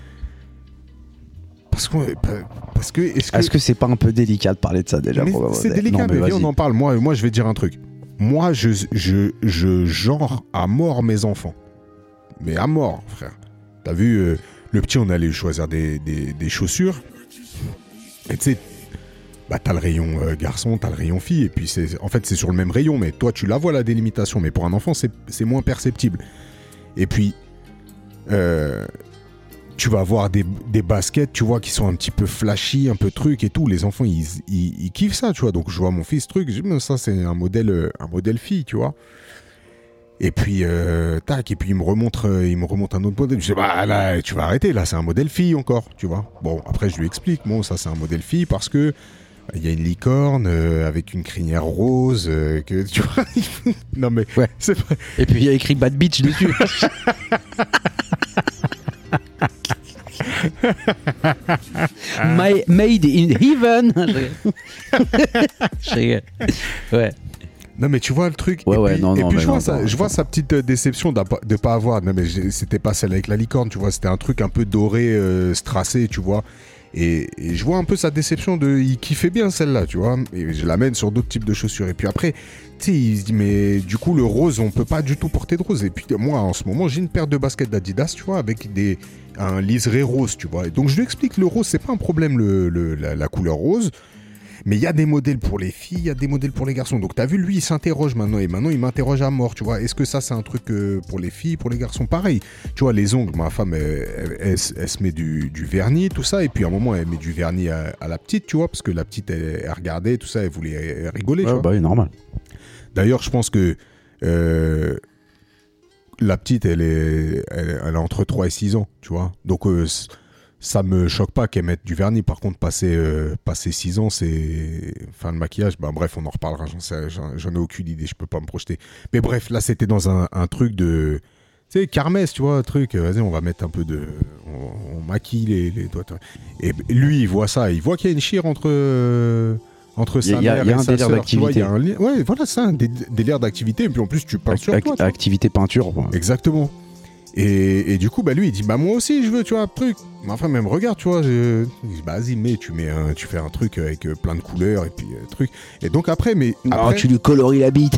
Parce que. Parce que. Est-ce que. Est-ce que c'est pas un peu délicat de parler de ça déjà Mais pour- c'est Non, délicat, mais, mais viens, vas-y. on en parle. Moi, moi, je vais te dire un truc. Moi, je, je, je genre à mort mes enfants. Mais à mort, frère. T'as vu, euh, le petit, on allait choisir des, des, des chaussures. Et tu sais, bah, t'as le rayon euh, garçon, t'as le rayon fille. Et puis, c'est, en fait, c'est sur le même rayon. Mais toi, tu la vois, la délimitation. Mais pour un enfant, c'est, c'est moins perceptible. Et puis, euh, tu vas avoir des, des baskets, tu vois, qui sont un petit peu flashy, un peu truc et tout. Les enfants, ils, ils, ils kiffent ça, tu vois. Donc, je vois mon fils, truc, je dis, mais ça, c'est un modèle, euh, un modèle fille, tu vois. Et puis, euh, tac, et puis il me remonte, euh, il me remonte un autre modèle. Je dis, bah là, tu vas arrêter, là, c'est un modèle fille encore, tu vois. Bon, après, je lui explique, bon, ça, c'est un modèle fille parce que il y a une licorne euh, avec une crinière rose, euh, que tu vois. Non, mais, Ouais. c'est vrai. Et puis il y a écrit Bad Bitch dessus. My, made in heaven. Je rigole. Ouais. Non mais tu vois le truc. Ouais, et ouais, puis, non, et non, puis mais je, vois non, sa, non, je vois sa petite euh, déception de ne pas avoir. Non mais j'ai- c'était pas celle avec la licorne, tu vois. C'était un truc un peu doré, euh, strassé, tu vois. Et, et je vois un peu sa déception de. Il kiffait bien celle-là, tu vois. Et je l'amène sur d'autres types de chaussures. Et puis après, tu sais, il se dit mais du coup le rose, on peut pas du tout porter de rose. Et puis moi en ce moment j'ai une paire de baskets d'Adidas, tu vois, avec des un liseré rose, tu vois. Et donc je lui explique le rose, c'est pas un problème le, le- la, la couleur rose. Mais il y a des modèles pour les filles, il y a des modèles pour les garçons. Donc t'as vu, lui, il s'interroge maintenant. Et maintenant, il m'interroge à mort, tu vois. Est-ce que ça, c'est un truc euh, pour les filles, pour les garçons? Pareil. Tu vois, les ongles, ma femme, elle, elle- elle se- elle se met du, du vernis, tout ça. Et puis à un moment, elle met du vernis à, à la petite, tu vois. Parce que la petite, elle, elle regardait, tout ça, elle voulait elle rigoler, tu Ouais, vois. bah oui, normal. D'ailleurs, je pense que... euh, la petite, elle est, elle, elle a entre trois et six ans, tu vois. Donc, euh, ça me choque pas qu'elle mette du vernis. Par contre, passer, euh, passer six ans, c'est fin de maquillage. Ben, bref, on en reparlera. J'en, sais, j'en, j'en ai aucune idée. Je peux pas me projeter. Mais bref, là, c'était dans un, un truc de... Tu sais, kermesse, tu vois, un truc. Vas-y, on va mettre un peu de... On, on maquille les, les doigts. Et lui, il voit ça. Il voit qu'il y a une chire entre... Euh, entre sa y a, mère y a et un sa délire sœur. d'activité. Tu vois, y a un li- ouais, voilà, c'est un dé- délire d'activité. Et puis en plus, tu peins Ac- sur toi. ac- activité peinture. Quoi. Exactement. Et, et du coup, bah lui, il dit, bah moi aussi, je veux, tu vois, un truc. Enfin, même regarde, tu vois. Je... Il dit, bah vas-y, mais tu mets, un, tu fais un truc avec euh, plein de couleurs et puis euh, truc. Et donc après, mais Alors après... tu lui coloris la bite.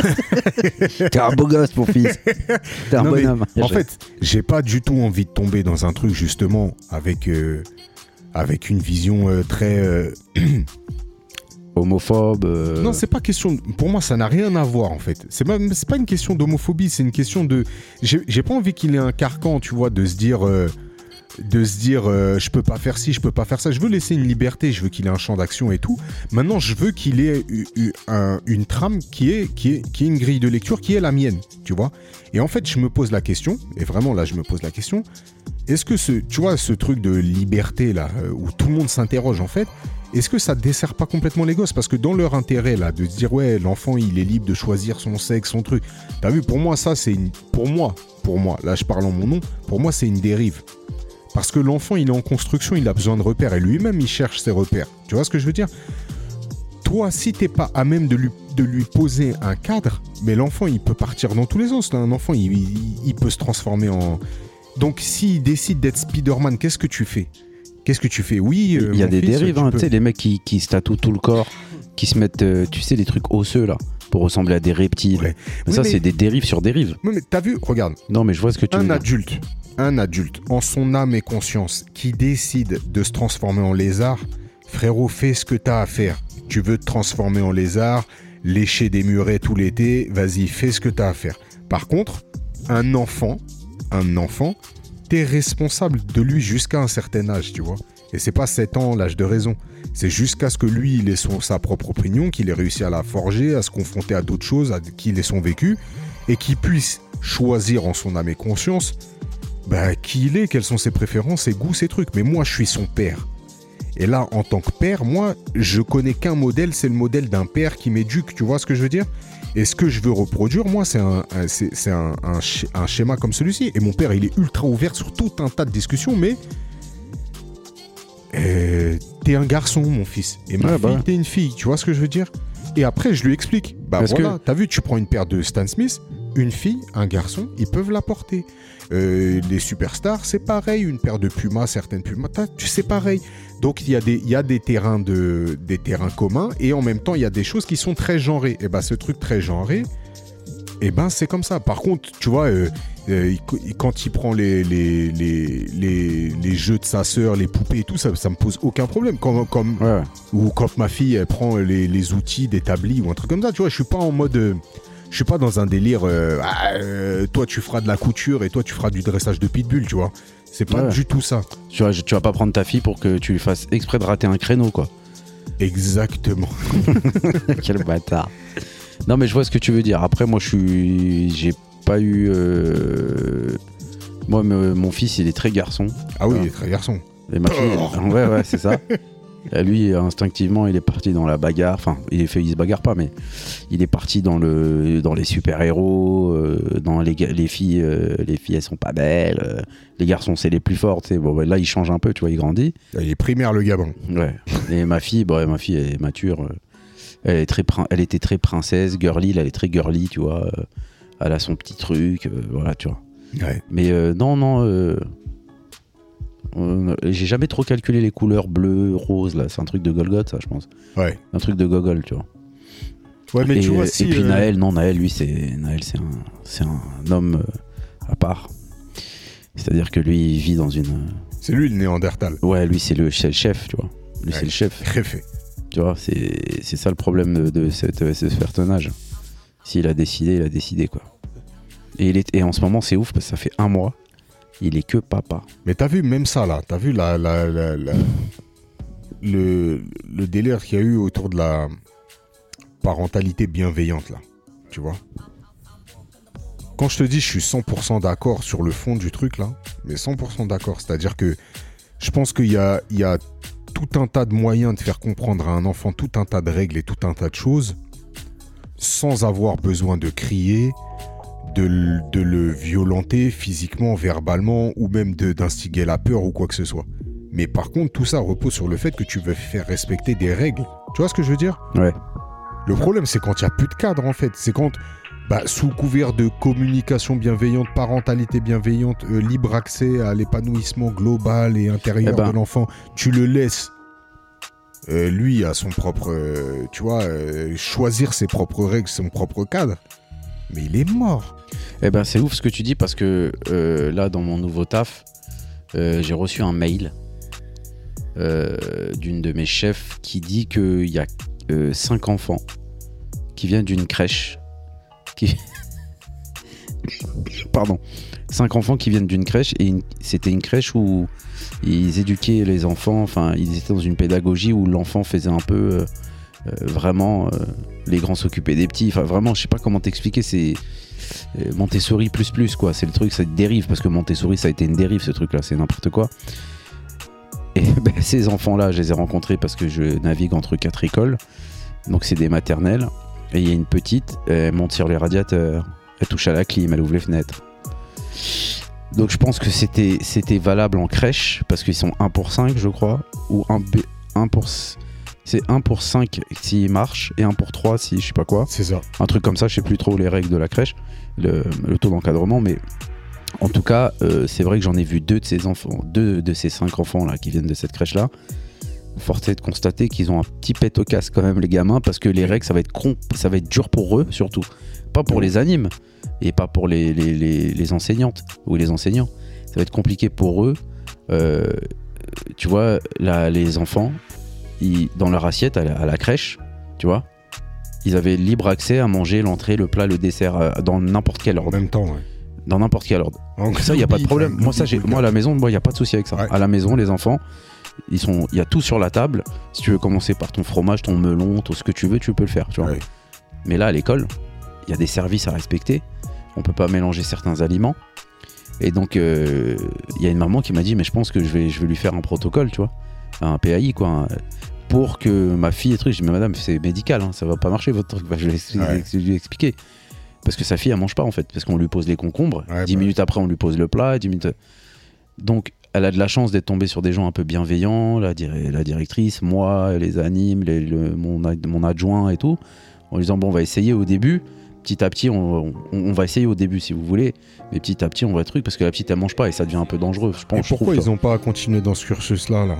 T'es un beau gosse, mon fils. T'es un Non, mais, bonhomme. en fait, j'ai pas du tout envie de tomber dans un truc justement avec euh, avec une vision euh, très. Euh... Homophobe. Euh... Non, c'est pas question. De... Pour moi, ça n'a rien à voir en fait. C'est pas, c'est pas une question d'homophobie, c'est une question de. J'ai, j'ai pas envie qu'il ait un carcan, tu vois, de se dire. Euh... de se dire euh, je peux pas faire ci, je peux pas faire ça. Je veux laisser une liberté, je veux qu'il ait un champ d'action et tout. Maintenant, je veux qu'il ait eu, eu un, une trame qui est, qui, est, qui est une grille de lecture qui est la mienne, tu vois. Et en fait, je me pose la question, et vraiment là, je me pose la question, est-ce que ce, tu vois, ce truc de liberté là, où tout le monde s'interroge en fait, est-ce que ça dessert pas complètement les gosses? Parce que dans leur intérêt là, de se dire ouais, l'enfant il est libre de choisir son sexe, son truc. T'as vu, pour moi, ça c'est une... Pour moi, pour moi, là je parle en mon nom, pour moi c'est une dérive. Parce que l'enfant, il est en construction, il a besoin de repères. Et lui-même, il cherche ses repères. Tu vois ce que je veux dire? Toi, si t'es pas à même de lui, de lui poser un cadre, mais l'enfant, il peut partir dans tous les sens. Là. Un enfant, il, il, il peut se transformer en... Donc, s'il décide d'être Spider-Man, qu'est-ce que tu fais? Qu'est-ce que tu fais? Oui, euh, il y a des fils, dérives, tu hein, peux... tu sais, les mecs qui, qui se tatouent tout le corps, qui se mettent, euh, tu sais, des trucs osseux, là, pour ressembler à des reptiles. Ouais. Mais Oui, ça, mais... c'est des dérives sur dérives. Oui, mais t'as vu? Regarde. Non, mais je vois ce que tu un veux dire. adulte, un adulte, en son âme et conscience, qui décide de se transformer en lézard, frérot, fais ce que t'as à faire. Tu veux te transformer en lézard, lécher des murets tout l'été, vas-y, fais ce que t'as à faire. Par contre, un enfant, un enfant, t'es responsable de lui jusqu'à un certain âge, tu vois. Et c'est pas sept ans, l'âge de raison. C'est jusqu'à ce que lui, il ait son, sa propre opinion, qu'il ait réussi à la forger, à se confronter à d'autres choses, à, qu'il ait son vécu, et qu'il puisse choisir en son âme et conscience bah, qui il est, quelles sont ses préférences, ses goûts, ses trucs. Mais moi, je suis son père. Et là, en tant que père, moi, je connais qu'un modèle, c'est le modèle d'un père qui m'éduque, tu vois ce que je veux dire? Et ce que je veux reproduire, moi, c'est un, un, c'est, c'est un, un, sch- un schéma comme celui-ci. Et mon père, il est ultra ouvert sur tout un tas de discussions, mais... Euh, t'es un garçon, mon fils. Et ma ouais, fille, bah. t'es une fille, tu vois ce que je veux dire? Et après, je lui explique. Bah Parce voilà, que... t'as vu, tu prends une paire de Stan Smith, une fille, un garçon, ils peuvent la porter. Euh, les superstars, c'est pareil. Une paire de Puma, certaines Puma, tu sais pareil. Donc il y a des, il y a des terrains de, des terrains communs et en même temps il y a des choses qui sont très genrées. Et ben ce truc très genré, et ben c'est comme ça. Par contre, tu vois, euh, euh, il, quand il prend les les, les les les jeux de sa sœur, les poupées et tout, ça, ça me pose aucun problème. Comme comme ouais. Ou quand ma fille elle prend les, les outils d'établi ou un truc comme ça, tu vois, je suis pas en mode euh, je suis pas dans un délire euh, ah, euh, toi tu feras de la couture et toi tu feras du dressage de pitbull, tu vois. C'est pas ouais. du tout ça. Tu vas, tu vas pas prendre ta fille pour que tu lui fasses exprès de rater un créneau, quoi. Exactement. Quel bâtard. Non, mais je vois ce que tu veux dire. Après, moi, je suis, j'ai pas eu. Euh... Moi, me, mon fils, il est très garçon. Ah oui, hein. il est très garçon. Et ma fille, Oh. ouais, ouais, c'est ça. Et lui, instinctivement, il est parti dans la bagarre. Enfin, il, est fait, il se bagarre pas, mais il est parti dans, le, dans les super-héros, euh, dans les, les filles, euh, les filles, elles sont pas belles. Euh, les garçons, c'est les plus forts. Tu sais. Bon, bah, là, il change un peu, tu vois, il grandit. Il est primaire, le gamin. Ouais. Et ma fille, bon, ma fille, elle est mature. Euh, elle, est très, elle était très princesse, girly. Elle est très girly, tu vois. Euh, elle a son petit truc, euh, voilà, tu vois. Ouais. Mais euh, non, non. Euh, Euh, j'ai jamais trop calculé les couleurs bleu, rose, là. C'est un truc de Golgoth, ça, je pense. Ouais. Un truc de Gogol, tu vois. Ouais, mais et, tu vois, si. et puis euh... Naël, non, Naël, lui, c'est Naël, c'est un, c'est un homme euh, à part. C'est-à-dire que lui, il vit dans une. C'est lui le Néandertal. Ouais, lui, c'est le, c'est le chef, tu vois. Lui, ouais. c'est le chef. Très fait. Tu vois, c'est, c'est ça le problème de, de, cette, de ce personnage. S'il a décidé, il a décidé, quoi. Et, il est, et en ce moment, c'est ouf parce que ça fait un mois. Il est que papa. Mais t'as vu même ça là, t'as vu la, la, la, la, le, le délire qu'il y a eu autour de la parentalité bienveillante là, tu vois. quand je te dis je suis cent pour cent d'accord sur le fond du truc là, mais cent pour cent d'accord, c'est-à-dire que je pense qu'il y a, il y a tout un tas de moyens de faire comprendre à un enfant tout un tas de règles et tout un tas de choses sans avoir besoin de crier, de, de le violenter physiquement, verbalement ou même de, d'instiguer la peur ou quoi que ce soit. Mais par contre, tout ça repose sur le fait que tu veux faire respecter des règles. Tu vois ce que je veux dire ? Ouais. Le problème, c'est quand il n'y a plus de cadre, en fait. C'est quand, bah, sous couvert de communication bienveillante, parentalité bienveillante, euh, libre accès à l'épanouissement global et intérieur eh ben. de l'enfant, tu le laisses, euh, lui, à son propre, euh, tu vois, euh, choisir ses propres règles, son propre cadre. Mais il est mort. Eh ben, c'est ouf ce que tu dis parce que euh, là, dans mon nouveau taf, euh, j'ai reçu un mail euh, d'une de mes chefs qui dit qu'il y a euh, cinq enfants qui viennent d'une crèche. Qui... Pardon. Cinq enfants qui viennent d'une crèche et une... c'était une crèche où ils éduquaient les enfants, enfin, ils étaient dans une pédagogie où l'enfant faisait un peu euh, euh, vraiment euh, les grands s'occupaient des petits. Enfin, vraiment, je sais pas comment t'expliquer, c'est euh, Montessori plus plus quoi. C'est le truc, ça dérive parce que Montessori ça a été une dérive ce truc là, c'est n'importe quoi. Et ben, ces enfants-là, je les ai rencontrés parce que je navigue entre quatre écoles. Donc c'est des maternelles. Et il y a une petite, elle monte sur les radiateurs, elle touche à la clim, elle ouvre les fenêtres. Donc je pense que c'était, c'était valable en crèche, parce qu'ils sont un pour cinq, je crois. Ou un pour... C'est un pour cinq s'ils marchent, et un pour trois si je sais pas quoi. C'est ça. Un truc comme ça, je sais plus trop les règles de la crèche, le, le taux d'encadrement, mais... En tout cas, euh, c'est vrai que j'en ai vu deux de ces enfants, deux de ces cinq enfants là qui viennent de cette crèche là. Force est de constater qu'ils ont un petit pet au casque quand même les gamins parce que les règles ça va être con, ça va être dur pour eux surtout, pas pour les animes et pas pour les, les, les, les enseignantes ou les enseignants. Ça va être compliqué pour eux. Euh, tu vois, là, les enfants, ils, dans leur assiette à la, à la crèche, tu vois, ils avaient libre accès à manger l'entrée, le plat, le dessert dans n'importe quel ordre. En même temps, ouais. Dans n'importe quel ordre. Donc, ça, il n'y a pas de problème. Moi, ça, j'ai, moi, à la maison, il n'y a pas de souci avec ça. Ouais. À la maison, les enfants, ils sont, il y a tout sur la table. Si tu veux commencer par ton fromage, ton melon, tout ce que tu veux, tu peux le faire. Tu vois. Ouais. Mais là, à l'école, il y a des services à respecter. On ne peut pas mélanger certains aliments. Et donc, il euh, y a une maman qui m'a dit, mais je pense que je vais, je vais lui faire un protocole, tu vois, un P A I, quoi, hein, pour que ma fille et truc. Je dis, mais madame, c'est médical, hein, ça va pas marcher votre truc. Bah, je vais ouais. lui expliquer. Parce que sa fille, elle mange pas en fait, parce qu'on lui pose les concombres, ouais, dix bah minutes ouais. après on lui pose le plat, dix minutes... Donc elle a de la chance d'être tombée sur des gens un peu bienveillants, la, dir- la directrice, moi, les animes, les, le, mon, ad- mon adjoint et tout, en lui disant bon on va essayer au début, petit à petit on, on, on va essayer au début si vous voulez, mais petit à petit on va truc, parce que la petite elle mange pas et ça devient un peu dangereux, je pense. Et pourquoi ils n'ont pas continué dans ce cursus là, là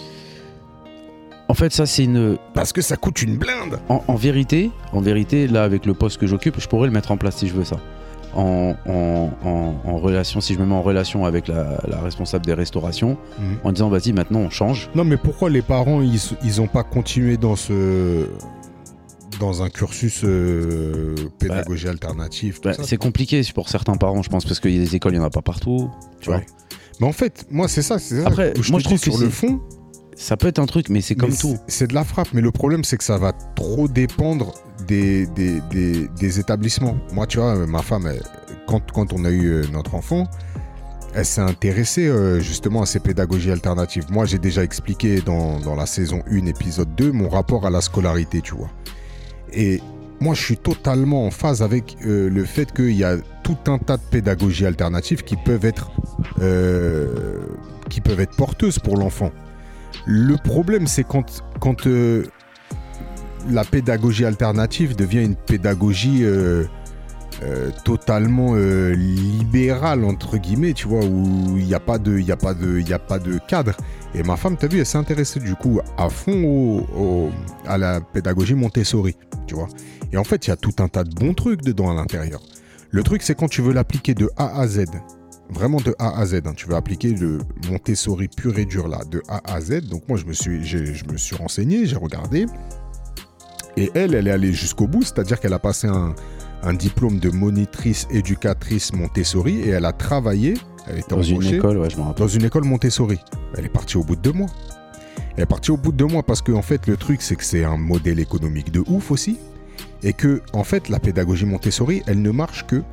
En fait, ça, c'est une... Parce que ça coûte une blinde. En, en vérité, en vérité, là, avec le poste que j'occupe, je pourrais le mettre en place si je veux ça. En, en, en, en relation, si je me mets en relation avec la, la responsable des restaurations, mmh. en disant, vas-y, maintenant, on change. Non, mais pourquoi les parents, ils, ils ont pas continué dans ce... dans un cursus euh, pédagogie bah, alternative bah, ça, c'est compliqué pour certains parents, je pense, parce qu'il y a des écoles, il n'y en a pas partout, tu ouais. vois. Mais en fait, moi, c'est ça. C'est ça Après, je moi, je trouve sur que le fond... Ça peut être un truc, mais c'est comme mais tout. C'est, c'est de la frappe, mais le problème, c'est que ça va trop dépendre des, des, des, des établissements. Moi, tu vois, ma femme, elle, quand, quand on a eu notre enfant, elle s'est intéressée euh, justement à ces pédagogies alternatives. Moi, j'ai déjà expliqué dans, dans la saison un, épisode deux, mon rapport à la scolarité, tu vois. Et moi, je suis totalement en phase avec euh, le fait qu'il y a tout un tas de pédagogies alternatives qui peuvent être, euh, qui peuvent être porteuses pour l'enfant. Le problème, c'est quand, quand euh, la pédagogie alternative devient une pédagogie euh, euh, totalement euh, libérale, entre guillemets, tu vois, où il n'y a pas de, il n'y a pas de, il n'y a pas de cadre. Et ma femme, t'as vu, elle s'est intéressée du coup à fond au, au, à la pédagogie Montessori, tu vois. Et en fait, il y a tout un tas de bons trucs dedans à l'intérieur. Le truc, c'est quand tu veux l'appliquer de A à Z. Vraiment de A à Z, hein. Tu veux appliquer le Montessori pur et dur là, de A à Z. Donc moi, je me suis, j'ai, je me suis renseigné, j'ai regardé. Et elle, elle est allée jusqu'au bout, c'est-à-dire qu'elle a passé un, un diplôme de monitrice éducatrice Montessori et elle a travaillé, elle était dans embauchée une école, ouais, je me rappelle. Dans une école Montessori. Elle est partie au bout de deux mois. Elle est partie au bout de deux mois parce que en fait, le truc, c'est que c'est un modèle économique de ouf aussi. Et que, en fait, la pédagogie Montessori, elle ne marche que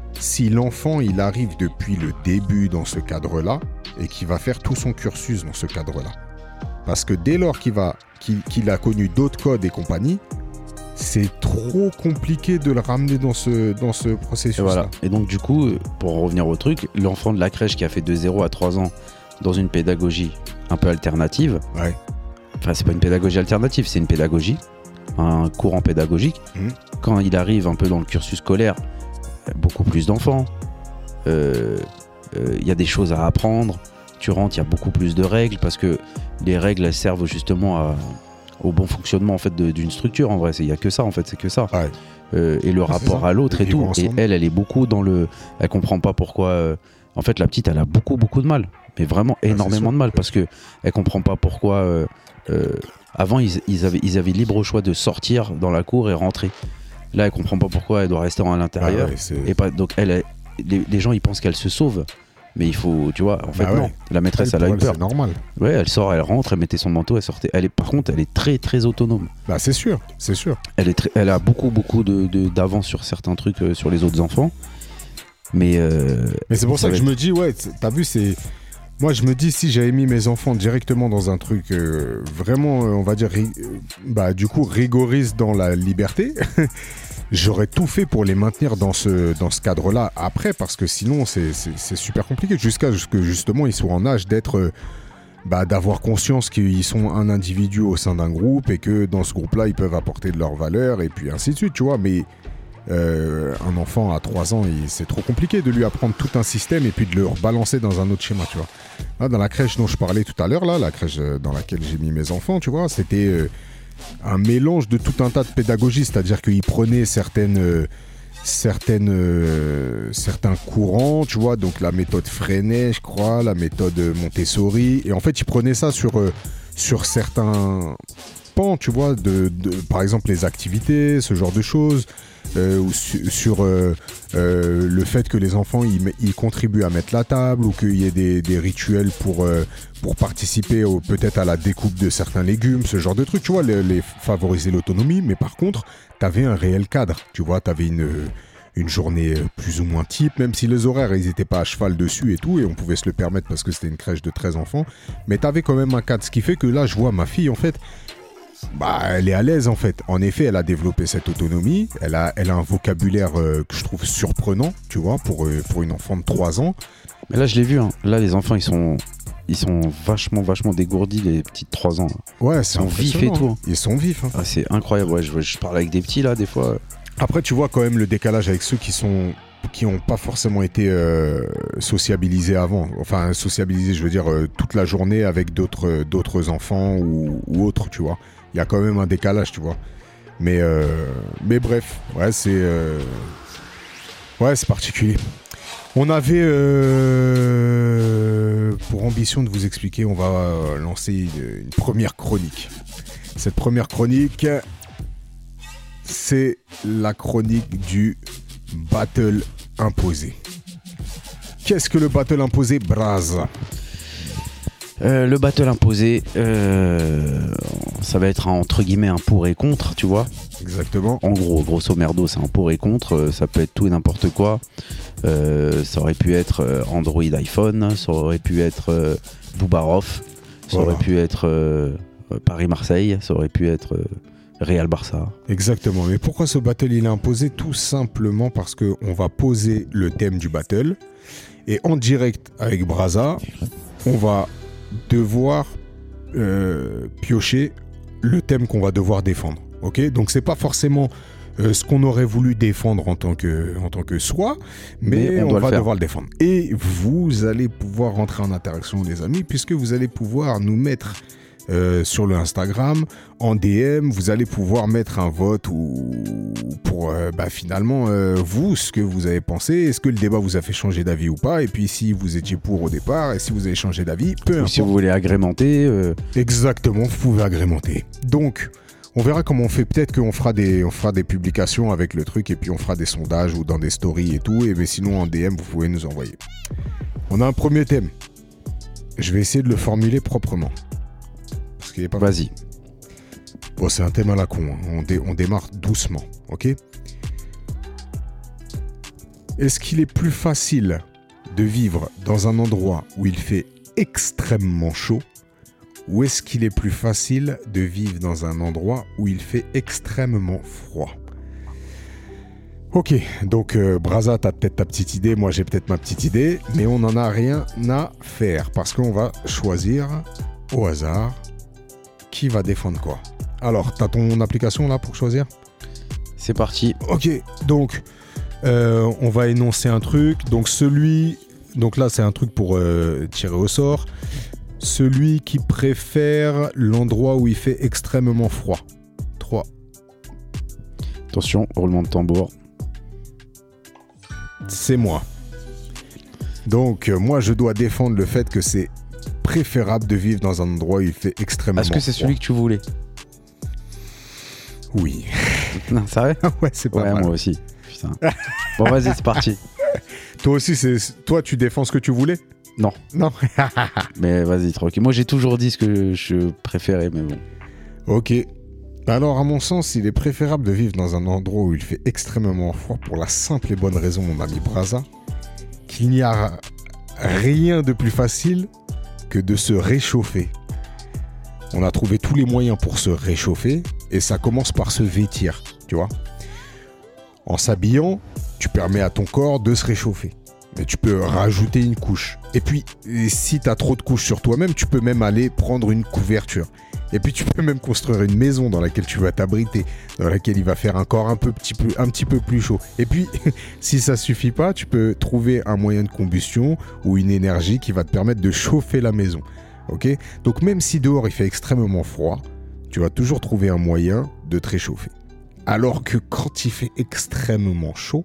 si l'enfant il arrive depuis le début dans ce cadre-là et qu'il va faire tout son cursus dans ce cadre-là. Parce que dès lors qu'il, va, qu'il, qu'il a connu d'autres codes et compagnie, c'est trop compliqué de le ramener dans ce, dans ce processus-là. Et, voilà. Et donc du coup, pour revenir au truc, l'enfant de la crèche qui a fait de zéro à trois ans dans une pédagogie un peu alternative, ouais. Enfin c'est pas une pédagogie alternative, c'est une pédagogie, un courant pédagogique. Mmh. Quand il arrive un peu dans le cursus scolaire, beaucoup plus d'enfants, il euh, euh, y a des choses à apprendre, tu rentres, il y a beaucoup plus de règles parce que les règles elles servent justement à, au bon fonctionnement en fait, de, d'une structure en vrai, il n'y a que ça en fait, c'est que ça. Ouais. Euh, et le ouais, rapport à l'autre et tout, ensemble. Et elle, elle est beaucoup dans le... Elle comprend pas pourquoi... Euh, en fait la petite elle a beaucoup beaucoup de mal, mais vraiment énormément ouais, de mal parce que elle comprend pas pourquoi... Euh, euh, avant ils, ils, avaient, ils avaient libre choix de sortir dans la cour et rentrer. Là, elle comprend pas pourquoi elle doit rester à l'intérieur. Ah ouais, et pas, donc, elle, elle, les, les gens, ils pensent qu'elle se sauve. Mais il faut, tu vois, en fait, bah ouais. non. La maîtresse, elle, elle a eu peur. C'est normal. Ouais, elle sort, elle rentre, elle mettait son manteau, elle sortait. Elle est, par contre, elle est très, très autonome. Bah, c'est sûr, c'est sûr. Elle, est très, elle a beaucoup, beaucoup de, de, d'avance sur certains trucs, euh, sur les autres enfants. Mais. Euh, Mais c'est pour ça, ça que être... je me dis, ouais, t'as vu, c'est. Moi, je me dis, si j'avais mis mes enfants directement dans un truc euh, vraiment, euh, on va dire, ri- euh, bah, du coup, rigoriste dans la liberté, j'aurais tout fait pour les maintenir dans ce, dans ce cadre-là après, parce que sinon, c'est, c'est, c'est super compliqué, jusqu'à ce que, justement, ils soient en âge d'être, euh, bah, d'avoir conscience qu'ils sont un individu au sein d'un groupe et que dans ce groupe-là, ils peuvent apporter de leurs valeurs et puis ainsi de suite, tu vois, mais... Euh, un enfant à trois ans, il, c'est trop compliqué de lui apprendre tout un système et puis de le rebalancer dans un autre schéma, tu vois. Là, dans la crèche dont je parlais tout à l'heure, là, la crèche dans laquelle j'ai mis mes enfants, tu vois, c'était euh, un mélange de tout un tas de pédagogies, c'est-à-dire qu'il prenait certaines, euh, certaines, euh, certains courants, tu vois, donc la méthode Freinet, je crois, la méthode Montessori, et en fait, il prenait ça sur, euh, sur certains pans, tu vois, de, de, par exemple les activités, ce genre de choses. Euh, ou su- sur euh, euh, le fait que les enfants ils, ils contribuent à mettre la table ou qu'il y ait des, des rituels pour, euh, pour participer au, peut-être à la découpe de certains légumes, ce genre de trucs, tu vois, les, les favoriser l'autonomie, mais par contre, t'avais un réel cadre, tu vois, t'avais une, une journée plus ou moins type, même si les horaires, ils étaient pas à cheval dessus et tout, et on pouvait se le permettre parce que c'était une crèche de treize enfants, mais t'avais quand même un cadre, ce qui fait que là, je vois ma fille, en fait, bah, elle est à l'aise en fait. En effet, elle a développé cette autonomie. Elle a, elle a un vocabulaire euh, que je trouve surprenant, tu vois, pour, euh, pour une enfant de trois ans. Mais là, je l'ai vu. Hein. Là, les enfants, ils sont, ils sont vachement, vachement dégourdis, les petits de trois ans. Là. Ouais, c'est ils sont vifs et tout. Hein. Ils sont vifs. Hein. Ah, c'est incroyable. Ouais, je, je parle avec des petits là, des fois. Après, tu vois quand même le décalage avec ceux qui sont qui n'ont pas forcément été euh, sociabilisés avant. Enfin, sociabilisés, je veux dire, euh, toute la journée avec d'autres, euh, d'autres enfants ou, ou autres, tu vois. Il y a quand même un décalage, tu vois. Mais, euh, mais bref, ouais, c'est, euh, ouais, c'est particulier. On avait euh, pour ambition de vous expliquer, on va lancer une, une première chronique. Cette première chronique, c'est la chronique du battle imposé. Qu'est-ce que le battle imposé, Braz ? Euh, le battle imposé, euh, ça va être un, entre guillemets un pour et contre, tu vois. Exactement. En gros, grosso merdo, c'est un pour et contre. Ça peut être tout et n'importe quoi. Euh, ça aurait pu être Android iPhone, ça aurait pu être euh, Boubarov, ça voilà. aurait pu être euh, Paris-Marseille, ça aurait pu être euh, Real-Barça. Exactement. Mais pourquoi ce battle il est imposé ? Tout simplement parce qu'on va poser le thème du battle et en direct avec Braza, on va devoir euh, piocher le thème qu'on va devoir défendre. Ok ? Donc c'est pas forcément euh, ce qu'on aurait voulu défendre en tant que, en tant que soi, mais, mais on, on va le devoir le défendre. Et vous allez pouvoir rentrer en interaction, les amis, puisque vous allez pouvoir nous mettre euh, sur le Instagram, en D M, vous allez pouvoir mettre un vote ou pour euh, bah, finalement euh, vous, ce que vous avez pensé, est-ce que le débat vous a fait changer d'avis ou pas, et puis si vous étiez pour au départ, et si vous avez changé d'avis, peu importe. Si vous voulez agrémenter. Euh... Exactement, vous pouvez agrémenter. Donc, on verra comment on fait. Peut-être qu'on fera des, on fera des publications avec le truc, et puis on fera des sondages ou dans des stories et tout, et mais sinon en D M, vous pouvez nous envoyer. On a un premier thème. Je vais essayer de le formuler proprement. Parce qu'il est pas... Vas-y. Bon, c'est un thème à la con. Hein. On, dé- on démarre doucement, ok ? Est-ce qu'il est plus facile de vivre dans un endroit où il fait extrêmement chaud ou est-ce qu'il est plus facile de vivre dans un endroit où il fait extrêmement froid? Ok, donc euh, Braza, t'as peut-être ta petite idée, moi j'ai peut-être ma petite idée, mais on n'en a rien à faire parce qu'on va choisir au hasard qui va défendre quoi. Alors, t'as ton application là pour choisir? C'est parti. Ok, donc euh, on va énoncer un truc. Donc celui, donc là c'est un truc pour euh, tirer au sort. Celui qui préfère l'endroit où il fait extrêmement froid. trois. Attention, roulement de tambour. C'est moi. Donc euh, moi je dois défendre le fait que c'est préférable de vivre dans un endroit où il fait extrêmement froid. Est-ce que c'est celui que tu voulais? Oui. Non, sérieux? Ouais, c'est pas ouais, mal. Moi aussi. Putain. Bon, vas-y, c'est parti. Toi aussi, c'est toi, tu défends ce que tu voulais? Non. Non. Mais vas-y, tranquille. Moi, j'ai toujours dit ce que je préférais, mais bon. Ok. Alors, à mon sens, il est préférable de vivre dans un endroit où il fait extrêmement froid pour la simple et bonne raison, mon ami Braza, qu'il n'y a rien de plus facile que de se réchauffer. On a trouvé tous les moyens pour se réchauffer et ça commence par se vêtir, tu vois. En s'habillant, tu permets à ton corps de se réchauffer. Mais tu peux rajouter une couche. Et puis, si tu as trop de couches sur toi-même, tu peux même aller prendre une couverture. Et puis, tu peux même construire une maison dans laquelle tu vas t'abriter, dans laquelle il va faire encore un, peu, petit peu, un petit peu plus chaud. Et puis, si ça suffit pas, tu peux trouver un moyen de combustion ou une énergie qui va te permettre de chauffer la maison. Ok ? Donc, même si dehors il fait extrêmement froid, tu vas toujours trouver un moyen de te réchauffer. Alors que quand il fait extrêmement chaud,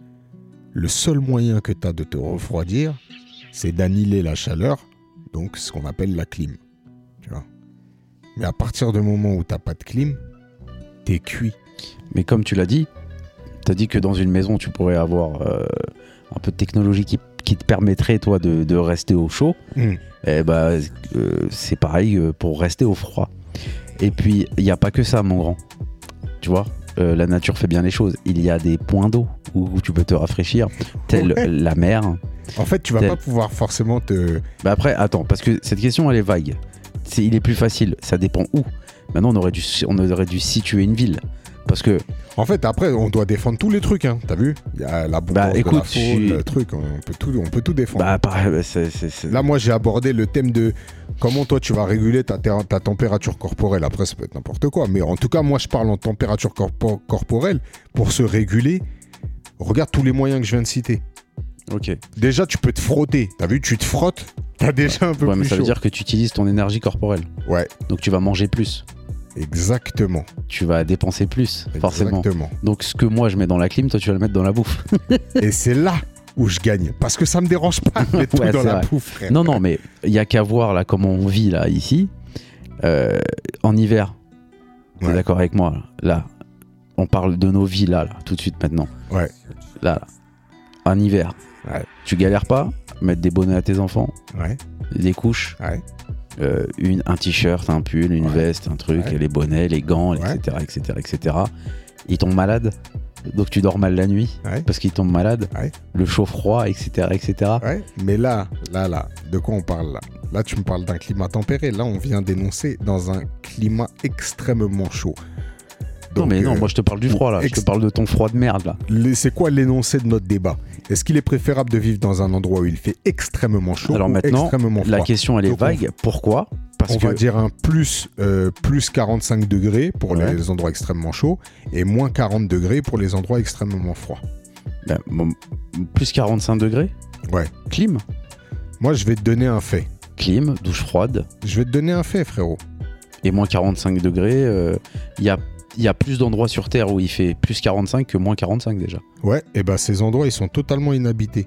le seul moyen que tu as de te refroidir, c'est d'annihiler la chaleur, donc ce qu'on appelle la clim. Tu vois. Mais à partir du moment où tu n'as pas de clim, tu es cuit. Mais comme tu l'as dit, tu as dit que dans une maison, tu pourrais avoir euh, un peu de technologie qui, qui te permettrait, toi, de, de rester au chaud. Mmh. Et bah, euh, c'est pareil pour rester au froid. Et puis, il n'y a pas que ça, mon grand. Tu vois, euh, la nature fait bien les choses. Il y a des points d'eau où tu peux te rafraîchir, telle ouais. la mer. En fait, tu vas tel... pas pouvoir forcément te... Bah après, attends, parce que cette question, elle est vague. C'est, il est plus facile, ça dépend où. Maintenant, on aurait dû, on aurait dû situer une ville. Parce que... En fait, après, on doit défendre tous les trucs, hein. T'as vu? Il y a la bombe, bah, écoute, la faune, suis... le truc, on peut tout, on peut tout défendre. Bah, pareil, c'est, c'est, c'est... Là, moi, j'ai abordé le thème de comment toi, tu vas réguler ta, ter- ta température corporelle. Après, ça peut être n'importe quoi. Mais en tout cas, moi, je parle en température corpo- corporelle. Pour se réguler, regarde tous les moyens que je viens de citer. Ok. Déjà, tu peux te frotter. T'as vu? Tu te frottes, t'as déjà un peu ouais, plus mais ça chaud. veut dire que tu utilises ton énergie corporelle. Ouais. Donc, tu vas manger plus. Exactement. Tu vas dépenser plus, forcément. Exactement. Donc ce que moi je mets dans la clim, toi tu vas le mettre dans la bouffe. Et c'est là où je gagne. Parce que ça me dérange pas de mettre ouais, tout dans la vrai. bouffe, frère. Non, non, mais il y a qu'à voir là comment on vit là, ici. Euh, en hiver, t'es ouais. d'accord avec moi? Là, on parle de nos vies là, là tout de suite maintenant. Ouais. Là, là. En hiver, ouais. tu galères pas? Mettre des bonnets à tes enfants? Ouais. Des couches? Ouais. Euh, une, un t-shirt, un pull, une ouais. veste, un truc, ouais. les bonnets, les gants, ouais. et cetera, et cetera, et cetera. Ils tombent malades, donc tu dors mal la nuit ouais. parce qu'ils tombent malades. Ouais. Le chaud-froid, et cetera, et cetera. Ouais. Mais là, là, là, de quoi on parle là? Là, tu me parles d'un climat tempéré. Là, on vient d'énoncer dans un climat extrêmement chaud. Donc, non mais non, euh, moi je te parle du froid là, ex- je te parle de ton froid de merde là. Les, c'est quoi l'énoncé de notre débat? Est-ce qu'il est préférable de vivre dans un endroit où il fait extrêmement chaud Alors ou maintenant, extrêmement froid? La question elle est Donc vague, on, pourquoi? Parce on que... va dire un plus, euh, plus quarante-cinq degrés pour ouais. les endroits extrêmement chauds et moins quarante degrés pour les endroits extrêmement froids. Ben, bon, plus quarante-cinq degrés? Ouais. Clim? Moi je vais te donner un fait. Clim, douche froide. Je vais te donner un fait, frérot. Et moins quarante-cinq degrés, il euh, y a... Il y a plus d'endroits sur Terre où il fait plus quarante-cinq que moins quarante-cinq déjà. Ouais, et ben ces endroits ils sont totalement inhabités.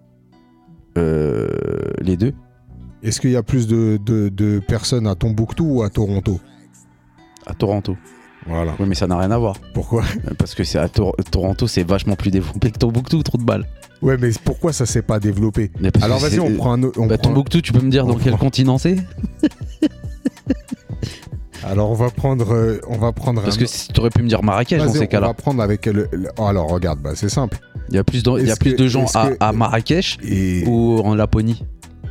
Euh, les deux. Est-ce qu'il y a plus de, de, de personnes à Tombouctou ou à Toronto? À Toronto. Voilà. Oui, mais ça n'a rien à voir. Pourquoi? Parce que c'est à Tor- Toronto, c'est vachement plus développé que Tombouctou, trop de balles. Ouais, mais pourquoi ça s'est pas développé? Alors vas-y, on prend un. On bah, prend... Tombouctou, tu peux me dire on dans quel prend... continent c'est? Alors on va prendre, euh, on va prendre. Parce un... que si tu aurais pu me dire Marrakech Vas-y, dans ces on cas-là. On va prendre avec le. le... Oh, alors regarde, bah c'est simple. Il y a plus de, il y a plus que, de gens à, que, à Marrakech et... ou en Laponie?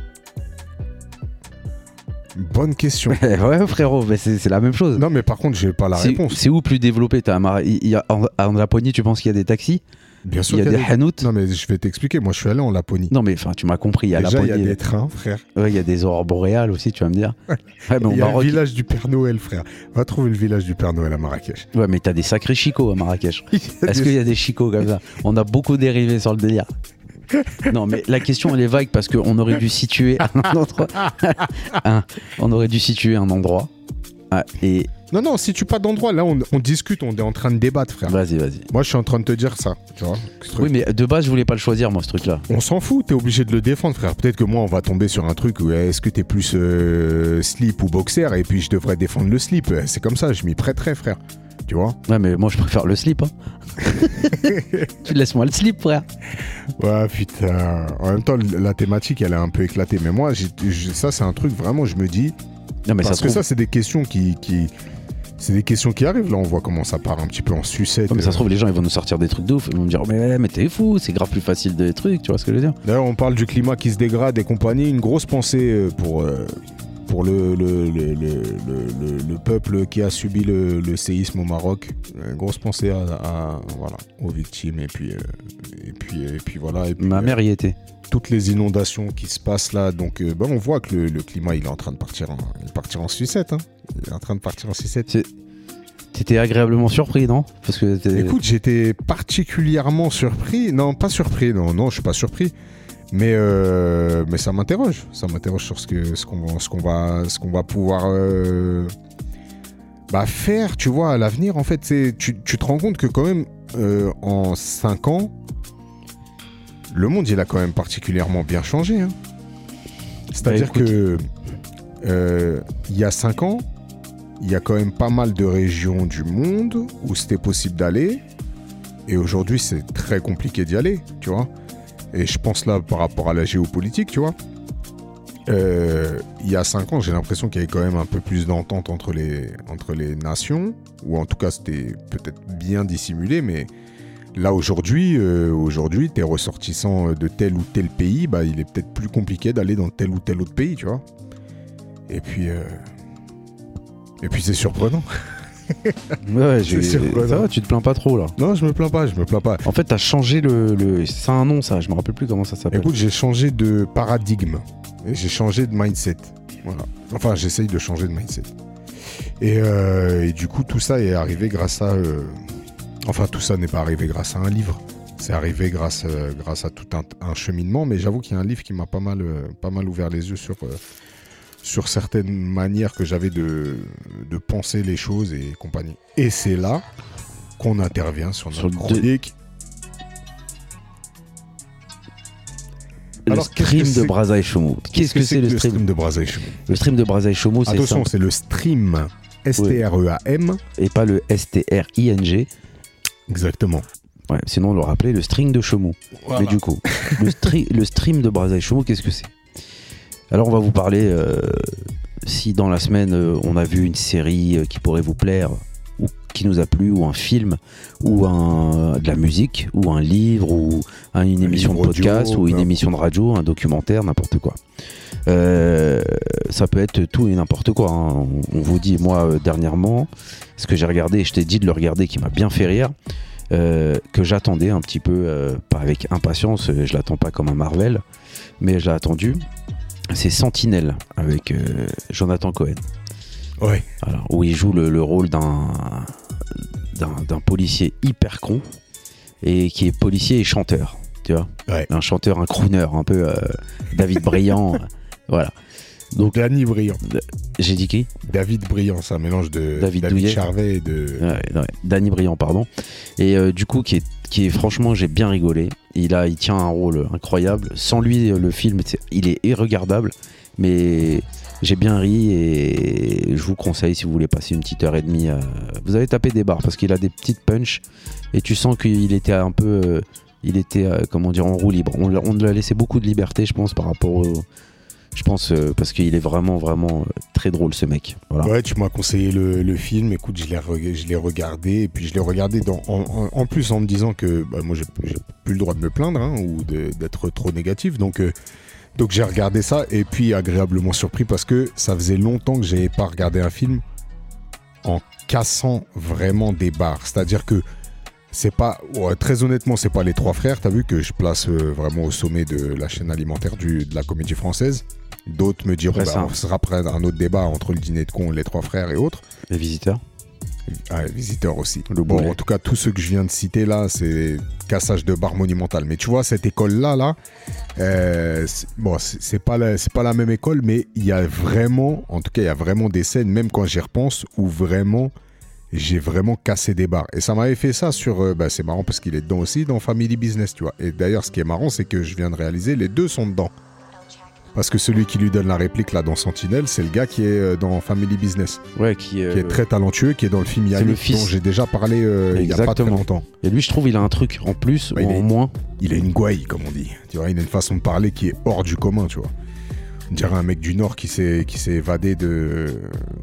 Bonne question. Ouais, frérot, mais c'est, c'est la même chose. Non, mais par contre, j'ai pas la c'est, réponse. C'est où plus développé? T'as Mar... il y a, en, en Laponie, tu penses qu'il y a des taxis? Bien sûr, il y a qu'il des hanoutes. Non, mais je vais t'expliquer. Moi, je suis allé en Laponie. Non, mais enfin, tu m'as compris. Il y a Déjà, Laponie. il y a des trains, frère. Ouais, il y a des aurores boréales aussi, tu vas me dire. Ouais, mais il y a Maroc, le village du Père Noël, frère. Va trouver le village du Père Noël à Marrakech. Ouais, mais t'as des sacrés chicots à Marrakech. Est-ce des... qu'il y a des chicots comme ça? On a beaucoup dérivé sur le délire. Non, mais la question elle est vague parce qu'on aurait dû situer un endroit. un, on aurait dû situer un endroit. Ah, et... Non, non, si tu pas d'endroit, là on, on discute, on est en train de débattre, frère. Vas-y, vas-y. Moi je suis en train de te dire ça, tu vois. Oui, mais de base je voulais pas le choisir, moi, ce truc-là. On s'en fout, t'es obligé de le défendre, frère. Peut-être que moi on va tomber sur un truc où est-ce que t'es plus euh, slip ou boxer et puis je devrais défendre le slip. C'est comme ça, je m'y prêterai, frère. Tu vois? Ouais, mais moi je préfère le slip. Hein. Tu laisses-moi le slip, frère. Ouais, putain. En même temps, la thématique elle est un peu éclatée. Mais moi, j'ai, j'ai, ça c'est un truc vraiment, je me dis. Non, mais parce ça que trouve... ça, c'est des questions qui. qui... C'est des questions qui arrivent, là on voit comment ça part un petit peu en sucette. Non, mais ça se trouve les gens ils vont nous sortir des trucs de ouf, ils vont me dire mais, mais t'es fou, c'est grave plus facile des trucs, tu vois ce que je veux dire. D'ailleurs on parle du climat qui se dégrade et compagnie, une grosse pensée pour, pour le, le, le, le, le, le peuple qui a subi le, le séisme au Maroc. Une grosse pensée à, à, voilà, aux victimes et puis, et puis, et puis voilà. Et puis, ma mère y était. Toutes les inondations qui se passent là, donc euh, bah, on voit que le, le climat il est en train de partir en, il partir en sucette. Hein. Il est en train de partir en sucette. C'est... T'étais agréablement surpris, non? Parce que t'es... Écoute, j'étais particulièrement surpris. Non, pas surpris, non, non, je suis pas surpris. Mais, euh, mais ça m'interroge. Ça m'interroge sur ce, que, ce, qu'on, ce, qu'on, va, ce qu'on va pouvoir euh, bah, faire, tu vois, à l'avenir. En fait, c'est, tu, tu te rends compte que quand même, euh, en cinq ans, le monde, il a quand même particulièrement bien changé. Hein. C'est-à-dire bah, que euh, il y a cinq ans, il y a quand même pas mal de régions du monde où c'était possible d'aller. Et aujourd'hui, c'est très compliqué d'y aller, tu vois. Et je pense là, par rapport à la géopolitique, tu vois. Euh, il y a cinq ans, j'ai l'impression qu'il y avait quand même un peu plus d'entente entre les, entre les nations. Ou en tout cas, c'était peut-être bien dissimulé, mais... Là aujourd'hui, euh, aujourd'hui, t'es ressortissant de tel ou tel pays, bah il est peut-être plus compliqué d'aller dans tel ou tel autre pays, tu vois. Et puis, euh... et puis c'est surprenant. Ouais, j'ai... ça va, tu te plains pas trop là. Non, je me plains pas, je me plains pas. En fait, t'as changé le, le... c'est un nom ça, je me rappelle plus comment ça s'appelle. Écoute, j'ai changé de paradigme, et j'ai changé de mindset. Voilà. Enfin, j'essaye de changer de mindset. Et, euh, et du coup, tout ça est arrivé grâce à. Euh... Enfin, tout ça n'est pas arrivé grâce à un livre. C'est arrivé grâce, euh, grâce à tout un, un cheminement. Mais j'avoue qu'il y a un livre qui m'a pas mal, euh, pas mal ouvert les yeux sur, euh, sur certaines manières que j'avais de, de penser les choses et compagnie. Et c'est là qu'on intervient sur notre chronique. Le Alors, stream de Braza et Chomo. Qu'est-ce, qu'est-ce que, que c'est, c'est le, le stream, stream de Braza et Chomo? Le stream de Braza et Chomo, c'est Attention, simple. C'est le stream S T R E A M. Et pas le S T R I N G. Exactement. Ouais, sinon on le rappelait le string de Chomo. Voilà. Mais du coup, le, stri- le stream de Braza et Chomo, qu'est-ce que c'est? Alors on va vous parler, euh, si dans la semaine euh, on a vu une série euh, qui pourrait vous plaire, ou qui nous a plu, ou un film, ou un, de la musique, ou un livre, ou un, une un émission de podcast, audio, ou une ouais. émission de radio, un documentaire, n'importe quoi. Euh, ça peut être tout et n'importe quoi. Hein. On, on vous dit, moi, euh, dernièrement, ce que j'ai regardé, et je t'ai dit de le regarder, qui m'a bien fait rire, euh, que j'attendais un petit peu, euh, pas avec impatience, je l'attends pas comme un Marvel, mais j'ai attendu. C'est Sentinelle avec euh, Jonathan Cohen. Ouais. Alors, où il joue le, le rôle d'un, d'un, d'un policier hyper con et qui est policier et chanteur, tu vois. Ouais. Un chanteur, un crooner, un peu euh, David Briand, voilà. Donc Danny Briand. J'ai dit qui? David Briand, c'est un mélange de David, David Charvet et de... Ouais, ouais. Danny Briand, pardon. Et euh, du coup, qui est, qui est franchement, j'ai bien rigolé. Il, a, il tient un rôle incroyable. Sans lui, le film, il est irregardable, mais... J'ai bien ri et je vous conseille si vous voulez passer une petite heure et demie. À... Vous avez tapé des barres parce qu'il a des petites punches et tu sens qu'il était un peu, euh, il était euh, comment dire en roue libre. On, on lui a laissé beaucoup de liberté, je pense, par rapport au, Je pense euh, parce qu'il est vraiment, vraiment euh, très drôle ce mec. Voilà. Ouais, tu m'as conseillé le, le film. Écoute, je l'ai, re- je l'ai regardé. Et puis, je l'ai regardé dans, en, en, en plus en me disant que bah, moi, j'ai, j'ai plus le droit de me plaindre hein, ou de, d'être trop négatif. Donc, euh, donc, j'ai regardé ça. Et puis, agréablement surpris parce que ça faisait longtemps que je n'avais pas regardé un film en cassant vraiment des barres. C'est-à-dire que c'est pas, ouais, très honnêtement, c'est pas Les Trois Frères. T'as vu que je place euh, vraiment au sommet de la chaîne alimentaire du, de la comédie française. D'autres me diront, bah, on sera prêt à un autre débat entre le Dîner de cons, Les Trois Frères et autres. Les Visiteurs. Ah, les Visiteurs aussi. Le bon, boulet. en tout cas, tous ceux que je viens de citer là, c'est cassage de barre monumental. Mais tu vois, cette école-là, là, euh, c'est, bon, c'est, c'est pas la, c'est pas la même école, mais il y a vraiment, en tout cas, il y a vraiment des scènes, même quand j'y repense, où vraiment, j'ai vraiment cassé des barres. Et ça m'avait fait ça sur, euh, bah, c'est marrant parce qu'il est dedans aussi, dans Family Business, tu vois. Et d'ailleurs, ce qui est marrant, c'est que je viens de réaliser, les deux sont dedans. Parce que celui qui lui donne la réplique là dans Sentinelle, c'est le gars qui est dans Family Business. Ouais, qui, euh, qui est très talentueux, qui est dans le film Yannick, dont j'ai déjà parlé euh, il y a pas très longtemps. Et lui, je trouve, il a un truc en plus, bah, ou en est, moins. Il a une gouaille, comme on dit. Tu vois, il a une façon de parler qui est hors du commun, tu vois. On dirait un mec du Nord qui s'est, qui s'est évadé de...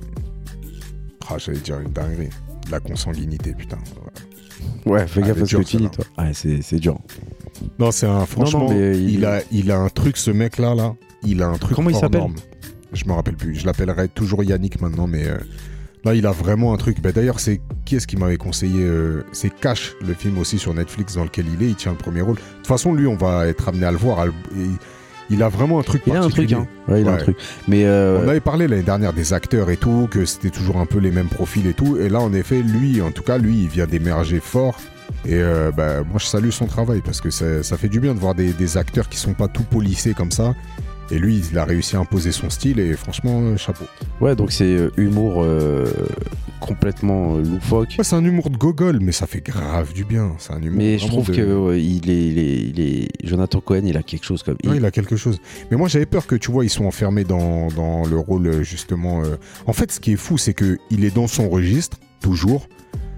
Ah, j'allais dire une dinguerie. De la consanguinité, putain. Ouais, fais gaffe à ce que tu dis, toi. Ouais, c'est, c'est dur. Non, c'est un... Franchement, non, non, mais il... Il, a, il a un truc, ce mec-là, là. Il a un truc Comment il s'appelle norme. Je me rappelle plus. Je l'appellerai toujours Yannick maintenant, mais euh, là, il a vraiment un truc. Bah, d'ailleurs, c'est qui est-ce qui m'avait conseillé euh, c'est Cash, le film aussi sur Netflix dans lequel il est. Il tient le premier rôle. De toute façon, lui, on va être amené à le voir. À le... Il a vraiment un truc il particulier. A un truc, hein. Ouais, il ouais. a un truc. Mais euh... on avait parlé l'année dernière des acteurs et tout, que c'était toujours un peu les mêmes profils et tout. Et là, en effet, lui, en tout cas, lui, il vient d'émerger fort. Et euh, bah, moi, je salue son travail parce que ça, ça fait du bien de voir des, des acteurs qui sont pas tout polissés comme ça. Et lui, il a réussi à imposer son style et franchement, euh, chapeau. Ouais, donc c'est euh, humour euh, complètement euh, loufoque. Ouais, c'est un humour de gogol, mais ça fait grave du bien. C'est un humour. Mais je trouve de... que ouais, il, est, il, est, il est Jonathan Cohen, il a quelque chose comme. Il... Ouais, il a quelque chose. Mais moi, j'avais peur que tu vois, ils sont enfermés dans, dans le rôle justement. Euh... En fait, ce qui est fou, c'est que il est dans son registre toujours.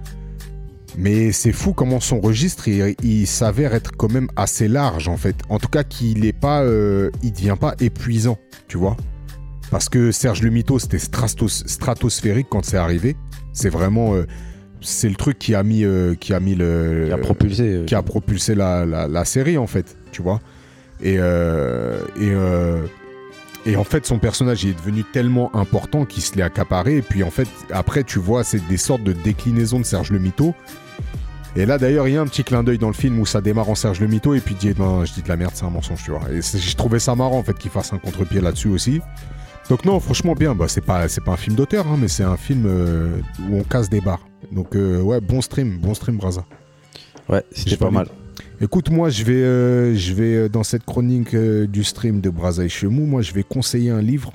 Mais c'est fou comment son registre, il, il s'avère être quand même assez large, en fait. En tout cas, qu'il est pas, euh, il devient pas épuisant, tu vois. Parce que Serge Le Mito, c'était stratos, stratosphérique quand c'est arrivé. C'est vraiment, euh, c'est le truc qui a mis, euh, qui a mis le, qui a propulsé, euh, qui a propulsé la, la, la série, en fait, tu vois. Et euh, et euh, Et en fait, son personnage il est devenu tellement important qu'il se l'est accaparé. Et puis en fait, après, tu vois, c'est des sortes de déclinaisons de Serge Le Mito. Et là, d'ailleurs, il y a un petit clin d'œil dans le film où ça démarre en Serge Le Mito. Et puis, il dit, non, je dis de la merde, c'est un mensonge, tu vois. Et je trouvais ça marrant, en fait, qu'il fasse un contre-pied là-dessus aussi. Donc non, franchement, bien. Bah, c'est pas, c'est pas un film d'auteur, hein, mais c'est un film euh, où on casse des barres. Donc, euh, ouais, bon stream, bon stream, Braza. Ouais, c'était pas mal. Écoute, moi, je vais, euh, je vais euh, dans cette chronique euh, du stream de Braza et Chemou, moi, je vais conseiller un livre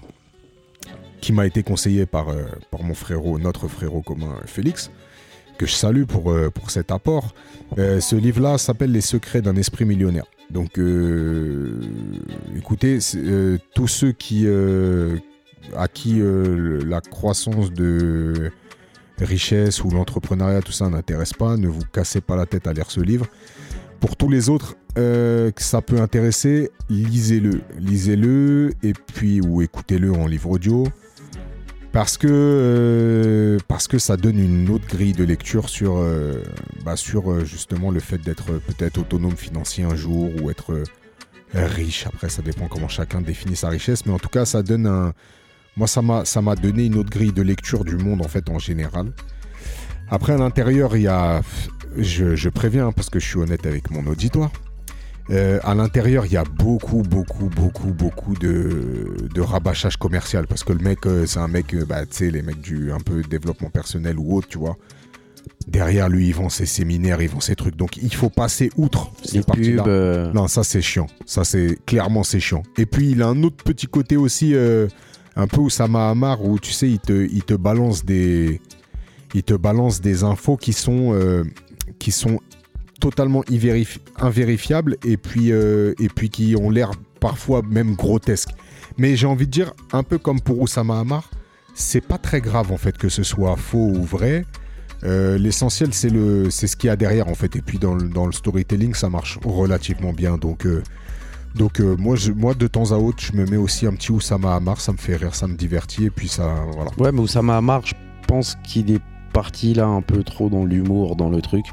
qui m'a été conseillé par, euh, par mon frérot, notre frérot commun, Félix, que je salue pour, euh, pour cet apport. Euh, ce livre-là s'appelle Les secrets d'un esprit millionnaire. Donc, euh, écoutez, euh, tous ceux qui, euh, à qui euh, la croissance de richesse ou l'entrepreneuriat, tout ça n'intéresse pas, ne vous cassez pas la tête à lire ce livre. Pour tous les autres euh, que ça peut intéresser, lisez-le. Lisez-le et puis, ou écoutez-le en livre audio. Parce que, euh, parce que ça donne une autre grille de lecture sur, euh, bah sur euh, justement le fait d'être peut-être autonome financier un jour ou être euh, riche. Après, ça dépend comment chacun définit sa richesse. Mais en tout cas, ça donne un... Moi, ça m'a, ça m'a donné une autre grille de lecture du monde en fait en général. Après, à l'intérieur, il y a... Je, je préviens parce que je suis honnête avec mon auditoire. Euh, à l'intérieur, il y a beaucoup, beaucoup, beaucoup, beaucoup de, de rabâchage commercial parce que le mec, euh, c'est un mec, euh, bah, tu sais, les mecs du un peu développement personnel ou autre, tu vois. Derrière lui, il vend ses séminaires, il vend ses trucs. Donc, il faut passer outre ces parties-là. Euh... Non, ça, c'est chiant. Ça, c'est clairement, c'est chiant. Et puis, il a un autre petit côté aussi, euh, un peu Oussama Hamar, où tu sais, il te, il te balance des, il te balance des infos qui sont, euh, qui sont totalement invérif- invérifiables et puis, euh, et puis qui ont l'air parfois même grotesques. Mais j'ai envie de dire, un peu comme pour Oussama Hamar, c'est pas très grave en fait que ce soit faux ou vrai. Euh, l'essentiel c'est, le, c'est ce qu'il y a derrière en fait. Et puis dans le, dans le storytelling ça marche relativement bien. Donc, euh, Donc euh, moi, je, moi, de temps à autre, je me mets aussi un petit Oussama Hamar, ça me fait rire, ça me divertit, et puis ça, voilà. Ouais, mais Oussama Hamar, je pense qu'il est parti là un peu trop dans l'humour, dans le truc.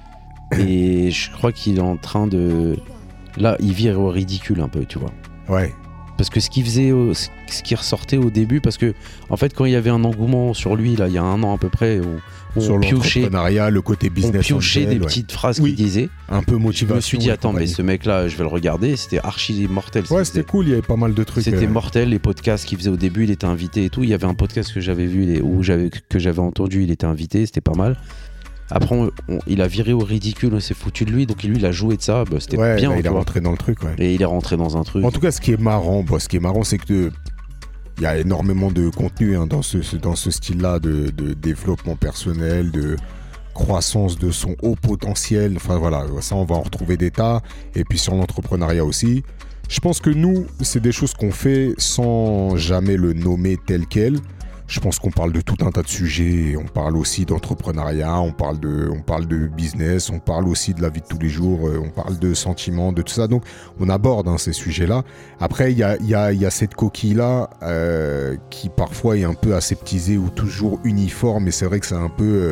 Et je crois qu'il est en train de... Là, il vire au ridicule un peu, tu vois. Ouais. Parce que ce qu'il faisait, au- ce qui ressortait au début, parce que en fait, quand il y avait un engouement sur lui, là, il y a un an à peu près, où, où Sur on piochait, l'entrepreneuriat, le côté on business piochait angel, des ouais. petites phrases Oui. qu'il disait. Un peu Je motivation. me suis dit, et attends, mais compagnie. ce mec-là, je vais le regarder. C'était archi mortel. ce Ouais, qu'il c'était faisait. cool, il y avait pas mal de trucs. C'était euh, mortel, les podcasts qu'il faisait au début, il était invité et tout. Il y avait un podcast que j'avais vu, les- où j'avais, que j'avais entendu, il était invité, c'était pas mal. Après, on- on- il a viré au ridicule, on s'est foutu de lui, donc lui, il a joué de ça, bah, c'était ouais, bien. là, tu il est vois. rentré dans le truc, ouais. Et il est rentré dans un truc. En tout cas, ce qui est marrant, bon, ce qui est marrant, c'est que il y a énormément de contenu hein, dans ce, ce- dans ce style-là de, de développement personnel, de croissance de son haut potentiel. Enfin voilà, ça on va en retrouver des tas. Et puis sur l'entrepreneuriat aussi. Je pense que nous, c'est des choses qu'on fait sans jamais le nommer tel quel. Je pense qu'on parle de tout un tas de sujets. On parle aussi d'entrepreneuriat, on parle de, on parle de business, on parle aussi de la vie de tous les jours, euh, on parle de sentiments, de tout ça. Donc, on aborde hein, ces sujets-là. Après, il y a, y a- y a cette coquille-là euh, qui parfois est un peu aseptisée ou toujours uniforme. Et c'est vrai que c'est un peu... euh,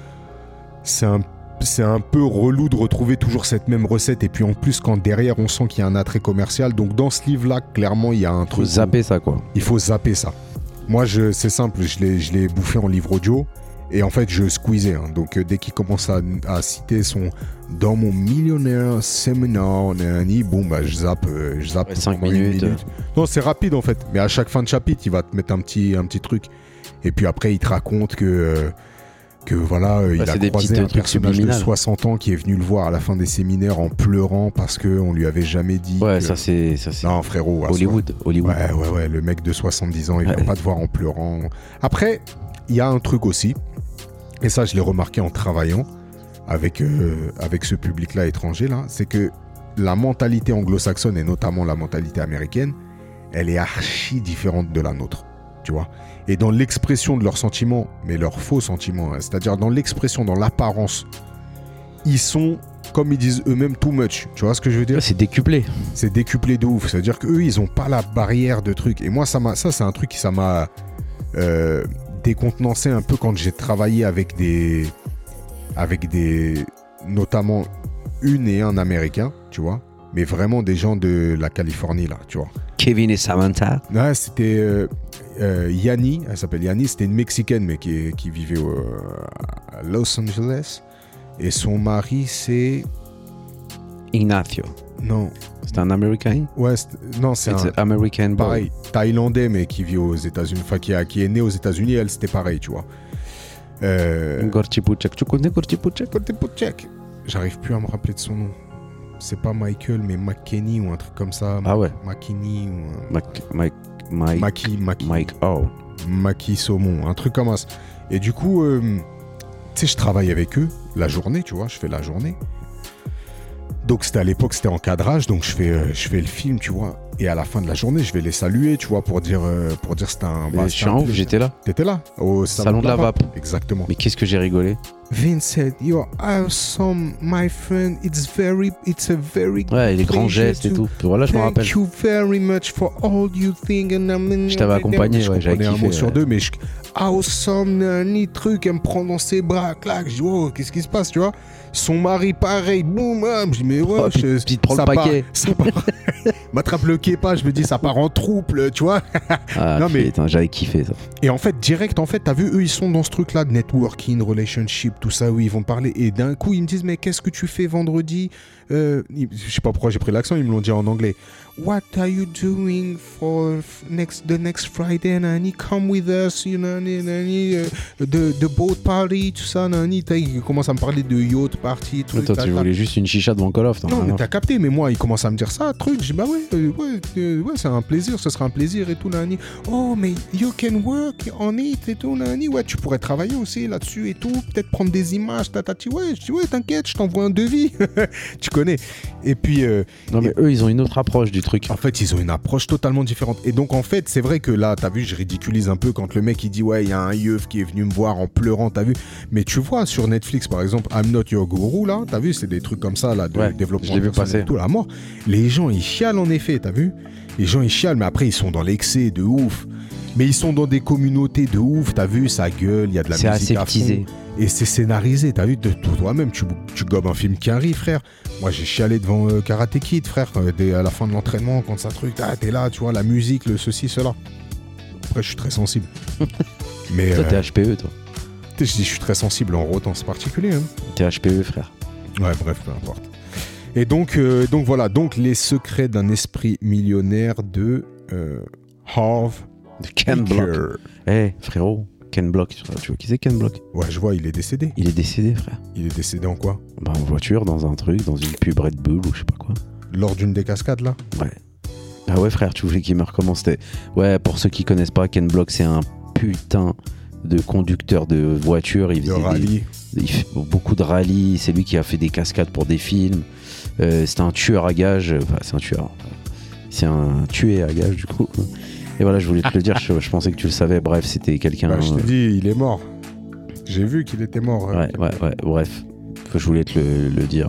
c'est un c'est un peu relou de retrouver toujours cette même recette. Et puis en plus, quand derrière, on sent qu'il y a un attrait commercial. Donc, dans ce livre-là, clairement, il y a un Faut truc... où- zapper ça, quoi. il faut zapper ça. Moi, je, c'est simple, je l'ai, je l'ai bouffé en livre audio et en fait, je squeezais. hein. Donc, euh, dès qu'il commence à, à citer son dans mon millionnaire séminaire, nanani, bon, bah, je zappe, euh, je zappe Ouais, cinq pendant une minutes. minute. Non, c'est rapide en fait, mais à chaque fin de chapitre, il va te mettre un petit, un petit truc. Et puis après, il te raconte que. euh, que voilà, euh, il c'est a des croisé petites un trucs personnage de subliminales. soixante ans qui est venu le voir à la fin des séminaires en pleurant parce qu'on lui avait jamais dit. Ouais, que- ça c'est, ça c'est Non, frérot. à soi- Hollywood. Hollywood. Ouais, ouais, ouais, le mec de soixante-dix ans, il Ouais. ne pas te voir en pleurant. Après, il y a un truc aussi, et ça, je l'ai remarqué en travaillant avec, euh, avec ce public-là étranger, là, c'est que la mentalité anglo-saxonne, et notamment la mentalité américaine, elle est archi différente de la nôtre, tu vois. Et dans l'expression de leurs sentiments, mais leurs faux sentiments, hein, c'est-à-dire dans l'expression, dans l'apparence, ils sont, comme ils disent eux-mêmes, too much. Tu vois ce que je veux dire ? Ouais, c'est décuplé. C'est décuplé de ouf. C'est-à-dire qu'eux, ils ont pas la barrière de trucs. Et moi, ça, m'a, ça c'est un truc qui ça m'a euh, décontenancé un peu quand j'ai travaillé avec des... avec des... notamment une et un Américain, tu vois. Mais vraiment des gens de la Californie, là, tu vois. Kevin et Samantha. Ouais, c'était euh, euh, Yanni, elle s'appelle Yanni, c'était une Mexicaine, mais qui, est- qui vivait au- à Los Angeles. Et son mari, c'est... Ignacio. Non, C'est un Américain. ouais, c'est- non, c'est It's un... an American boy. Pareil, thaïlandais, mais qui vit aux États-Unis, enfin qui, a- qui est né aux États-Unis, elle c'était pareil, tu vois. Euh, Gorchipuchak. Tu connais Gorchipuchak? côté Potchek, j'arrive plus à me rappeler de son nom. C'est pas Michael, mais McKenny ou un truc comme ça. Ah ouais. McKinney ou un- Mike, Mike, Mike, Maki, Maki, Mike O. Maki Saumon, un truc comme ça. Et du coup, euh, tu sais, je travaille avec eux la journée, tu vois, je fais la journée. Donc c'était à l'époque, c'était en cadrage, donc je fais, euh, je fais le film, tu vois. Et à la fin de la journée, je vais les saluer, tu vois, pour dire, euh, pour dire c'était un. Mais bah, je c'était suis un en ouf, plaisir. j'étais là. T'étais là, au Salon de la Vape. Exactement. Mais qu'est-ce que j'ai rigolé. Vince said, "You're awesome, my friend. It's very, it's a very." Ouais, et les grands pleasure gestes et to- tout. Voilà, je me rappelle. Thank you very much for all you think. And I mean, Je t'avais accompagné, je ouais, j'avais comprenais un kiffé, mot sur ouais. deux, mais je... awesome, nani, truc, elle me prend dans ses bras, clac. Je dis, oh, qu'est-ce qui se passe, tu vois? Son mari, pareil, boum, ah, je dis, mais ouais, Oh, puis- je- puis il te prend ça le part- paquet. ça part- m'attrape le képa, je me dis, ça part en trouble, tu vois? Ah, Non, mais- putain, j'avais kiffé ça. Et en fait, direct, en fait, t'as vu, eux, ils sont dans ce truc-là de networking, relationship, tout ça, où ils vont parler. Et d'un coup, ils me disent, mais qu'est-ce que tu fais vendredi? euh, ils- Je sais pas pourquoi j'ai pris l'accent, ils me l'ont dit en anglais. What are you doing for f- next the next Friday, nani? Come with us, you know, nani, nani, euh, the, the boat party, tout ça, nani. T'as- Ils commencent à me parler de yacht party, tout Mais toi, tu voulais juste une chicha devant Call of. t'en as non, rien mais à t'as capté, mais moi, il commence à me dire ça, truc. Je dis, bah ouais, euh, ouais, euh, ouais, c'est un plaisir, ce sera un plaisir et tout, nani. Oh, mais you can work on it et tout, nani. Ouais, tu pourrais travailler aussi là-dessus et tout, peut-être prendre des images, tatati, ouais, je dis, ouais, t'inquiète, je t'envoie un devis. Tu connais. Et puis. Euh, non, mais et... eux, ils ont une autre approche du truc. En fait, ils ont une approche totalement différente. Et donc, en fait, c'est vrai que là, t'as vu, je ridiculise un peu quand le mec, il dit, ouais, il y a un yeuf qui est venu me voir en pleurant, t'as vu. Mais tu vois, sur Netflix, par exemple, I'm Not Your Guru, là, t'as vu, c'est des trucs comme ça, là, de ouais, développement je l'ai vu passer. Tout la mort. Les gens, ils chialent, en effet, t'as vu. Les gens, ils chialent, mais après, ils sont dans l'excès de ouf. Mais ils sont dans des communautés de ouf, t'as vu, ça gueule, il y a de la c'est musique à fond. Et c'est scénarisé, t'as vu, de toi-même, tu, tu gobes un film qui arrive, frère. Moi, j'ai chialé devant euh, Karate Kid, frère, euh, dès, à la fin de l'entraînement, quand ça truc, ah, t'es là, tu vois, la musique, le ceci, cela. Après, je suis très sensible. Mais, toi, euh, t'es H P E, toi. Je dis, je suis très sensible en route en ce particulier. Hein. T'es H P E, frère. Ouais, bref, peu importe. Et donc, euh, donc voilà, donc les secrets d'un esprit millionnaire de euh, Harv de Ken Block. Eh, hey, frérot, Ken Block, tu vois qui c'est Ken Block? Ouais, je vois, il est décédé. Il est décédé, frère. Il est décédé en quoi? Bah, en voiture, dans un truc, dans une pub Red Bull ou je sais pas quoi. Lors d'une des cascades, là? Ouais. Ah ouais, frère, tu voulais qu'il meure comment c'était? Ouais, pour ceux qui connaissent pas, Ken Block, c'est un putain de conducteur de voiture. Il faisait de rallye. Des, il fait beaucoup de rallye. C'est lui qui a fait des cascades pour des films. Euh, c'était un tueur à gages. Enfin, c'est un tueur. C'est un tué à gages, du coup. Et voilà, je voulais te le dire. Je, je pensais que tu le savais. Bref, c'était quelqu'un. Bah, je te dis, il est mort. J'ai vu qu'il était mort. Ouais, ouais, ouais. Bref, je voulais te le, le dire.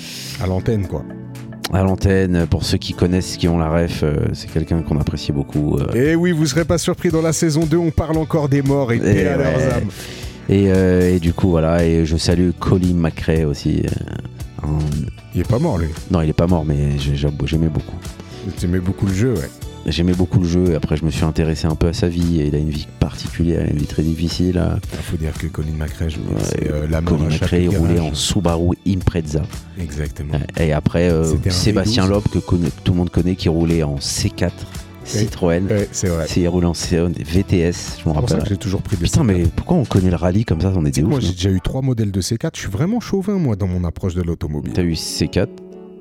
À l'antenne, quoi. À l'antenne, pour ceux qui connaissent, qui ont la ref, euh, c'est quelqu'un qu'on apprécie beaucoup. Euh... Et oui, vous serez pas surpris, dans la saison deux, on parle encore des morts et paix à ouais. leurs âmes. Et, euh, et du coup, voilà, et je salue Colin McRae aussi. Euh, un... Il est pas mort, lui. Non, il est pas mort, mais j'aimais beaucoup. T'aimais beaucoup le jeu, ouais. J'aimais beaucoup le jeu, et après je me suis intéressé un peu à sa vie, et il a une vie particulière, une vie très difficile. Il faut dire que Colin McRae, je veux dire, ouais, c'est euh, la Colin McRae il roulait en Subaru Impreza. Exactement. Et après, euh, Sébastien Loeb, que, connaît, que tout le monde connaît, qui roulait en C quatre Citroën. Ouais, c'est vrai. C'est, il roulait en V T S, je me rappelle. C'est pour ça que j'ai toujours pris des Putain, mais pourquoi on connaît le rallye comme ça? On est des ouf. Moi, j'ai déjà eu trois modèles de C quatre. Je suis vraiment chauvin, moi, dans mon approche de l'automobile. T'as eu C quatre,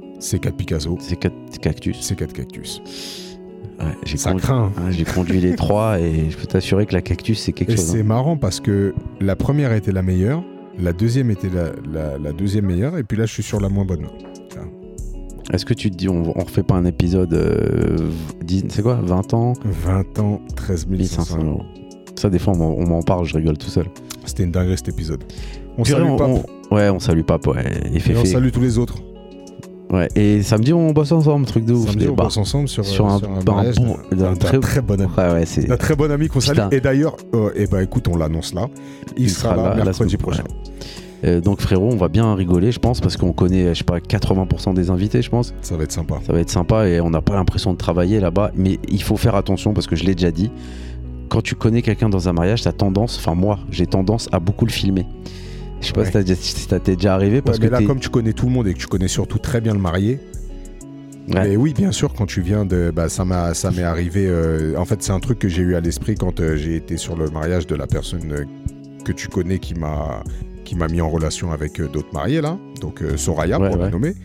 C quatre Picasso, C quatre Cactus, C quatre Cactus. Ouais, j'ai ça conduit, craint. Hein, j'ai conduit les trois et je peux t'assurer que la Cactus, c'est quelque et chose. C'est hein. marrant parce que la première était la meilleure, la deuxième était la, la, la deuxième meilleure, et puis là, je suis sur la moins bonne. Tiens. Est-ce que tu te dis, on, on refait pas un épisode, euh, dix, c'est quoi, vingt ans vingt ans, treize mille cinq cents euros. Ça, des fois, on, on m'en parle, je rigole tout seul. C'était une dinguerie cet épisode. On Puis salue on, Pape. On, ouais, on salue Pape, ouais. Et, et on salue tous les autres. Ouais, et samedi on bosse ensemble, truc de ouf. Samedi on bosse ensemble sur, sur un, sur un, un mariage bon, d'un, d'un, d'un très, très bon ami. Ouais, ouais, c'est... Un très bon ami qu'on salue. Et d'ailleurs, euh, eh ben, écoute, on l'annonce là. Il, Il sera, sera là, là mercredi prochain. Ouais. Euh, donc frérot, on va bien rigoler, je pense, parce qu'on connaît, je sais pas, quatre-vingts pour cent des invités, je pense. Ça va être sympa. Ça va être sympa et on n'a pas l'impression de travailler là-bas. Mais il faut faire attention parce que je l'ai déjà dit. Quand tu connais quelqu'un dans un mariage, t'as tendance, enfin moi, j'ai tendance à beaucoup le filmer. Je sais pas ouais. si ça t'est déjà arrivé. Parce ouais, mais que là, t'es... comme tu connais tout le monde et que tu connais surtout très bien le marié. Ouais. Mais oui, bien sûr, quand tu viens de... Bah, ça, m'a, ça m'est arrivé... Euh, en fait, c'est un truc que j'ai eu à l'esprit quand euh, j'ai été sur le mariage de la personne euh, que tu connais qui m'a, qui m'a mis en relation avec euh, d'autres mariés, là. Donc, euh, Soraya, ouais, pour ouais. la nommer.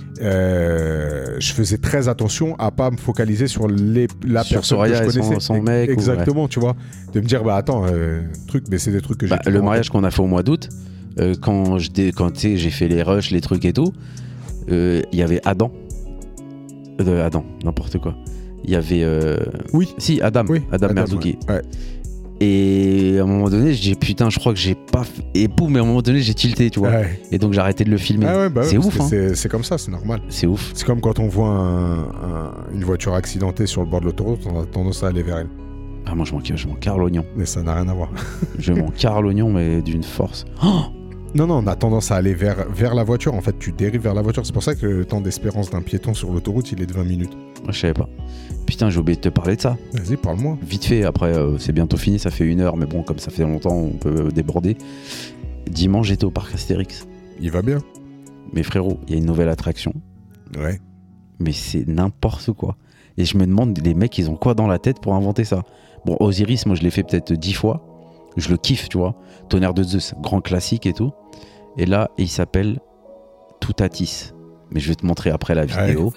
Euh, je faisais très attention à pas me focaliser sur les, la sur personne Soraya que je connaissais. Son, son mec. Exactement, ou, ouais. tu vois. De me dire, bah attends, euh, truc, mais c'est des trucs que j'ai... Bah, le mariage qu'on a fait au mois d'août, euh, quand, je, quand j'ai fait les rushs, les trucs et tout, il euh, y avait Adam. Euh, Adam, n'importe quoi. Il y avait... Euh... Oui. Si, Adam. Oui, Adam, Adam Merzouki. Ouais. Ouais. Et à un moment donné, je dis putain, je crois que j'ai pas... F... Et boum, mais à un moment donné, j'ai tilté, tu vois. Ouais. Et donc j'ai arrêté de le filmer. Ah ouais, bah c'est ouais, ouf, hein. C'est, c'est comme ça, c'est normal. C'est ouf. C'est comme quand on voit un, un, une voiture accidentée sur le bord de l'autoroute, on a tendance à aller vers elle. Ah moi, je m'en, je m'en carre l'oignon. Mais ça n'a rien à voir. Je m'en carre l'oignon, mais d'une force. Oh Non, non, on a tendance à aller vers, vers la voiture. En fait, tu dérives vers la voiture. C'est pour ça que le temps d'espérance d'un piéton sur l'autoroute, il est de vingt minutes. Moi, je savais pas. Putain, j'ai oublié de te parler de ça. Vas-y, parle-moi. Vite fait, après, euh, c'est bientôt fini, ça fait une heure, mais bon, comme ça fait longtemps, on peut déborder. Dimanche, j'étais au parc Astérix. Il va bien. Mais frérot, il y a une nouvelle attraction. Ouais. Mais c'est n'importe quoi. Et je me demande, les mecs, ils ont quoi dans la tête pour inventer ça? Bon, Osiris, moi, je l'ai fait peut-être dix fois. Je le kiffe, tu vois. Tonnerre de Zeus, grand classique et tout. Et là, il s'appelle Toutatis. Mais je vais te montrer après la vidéo.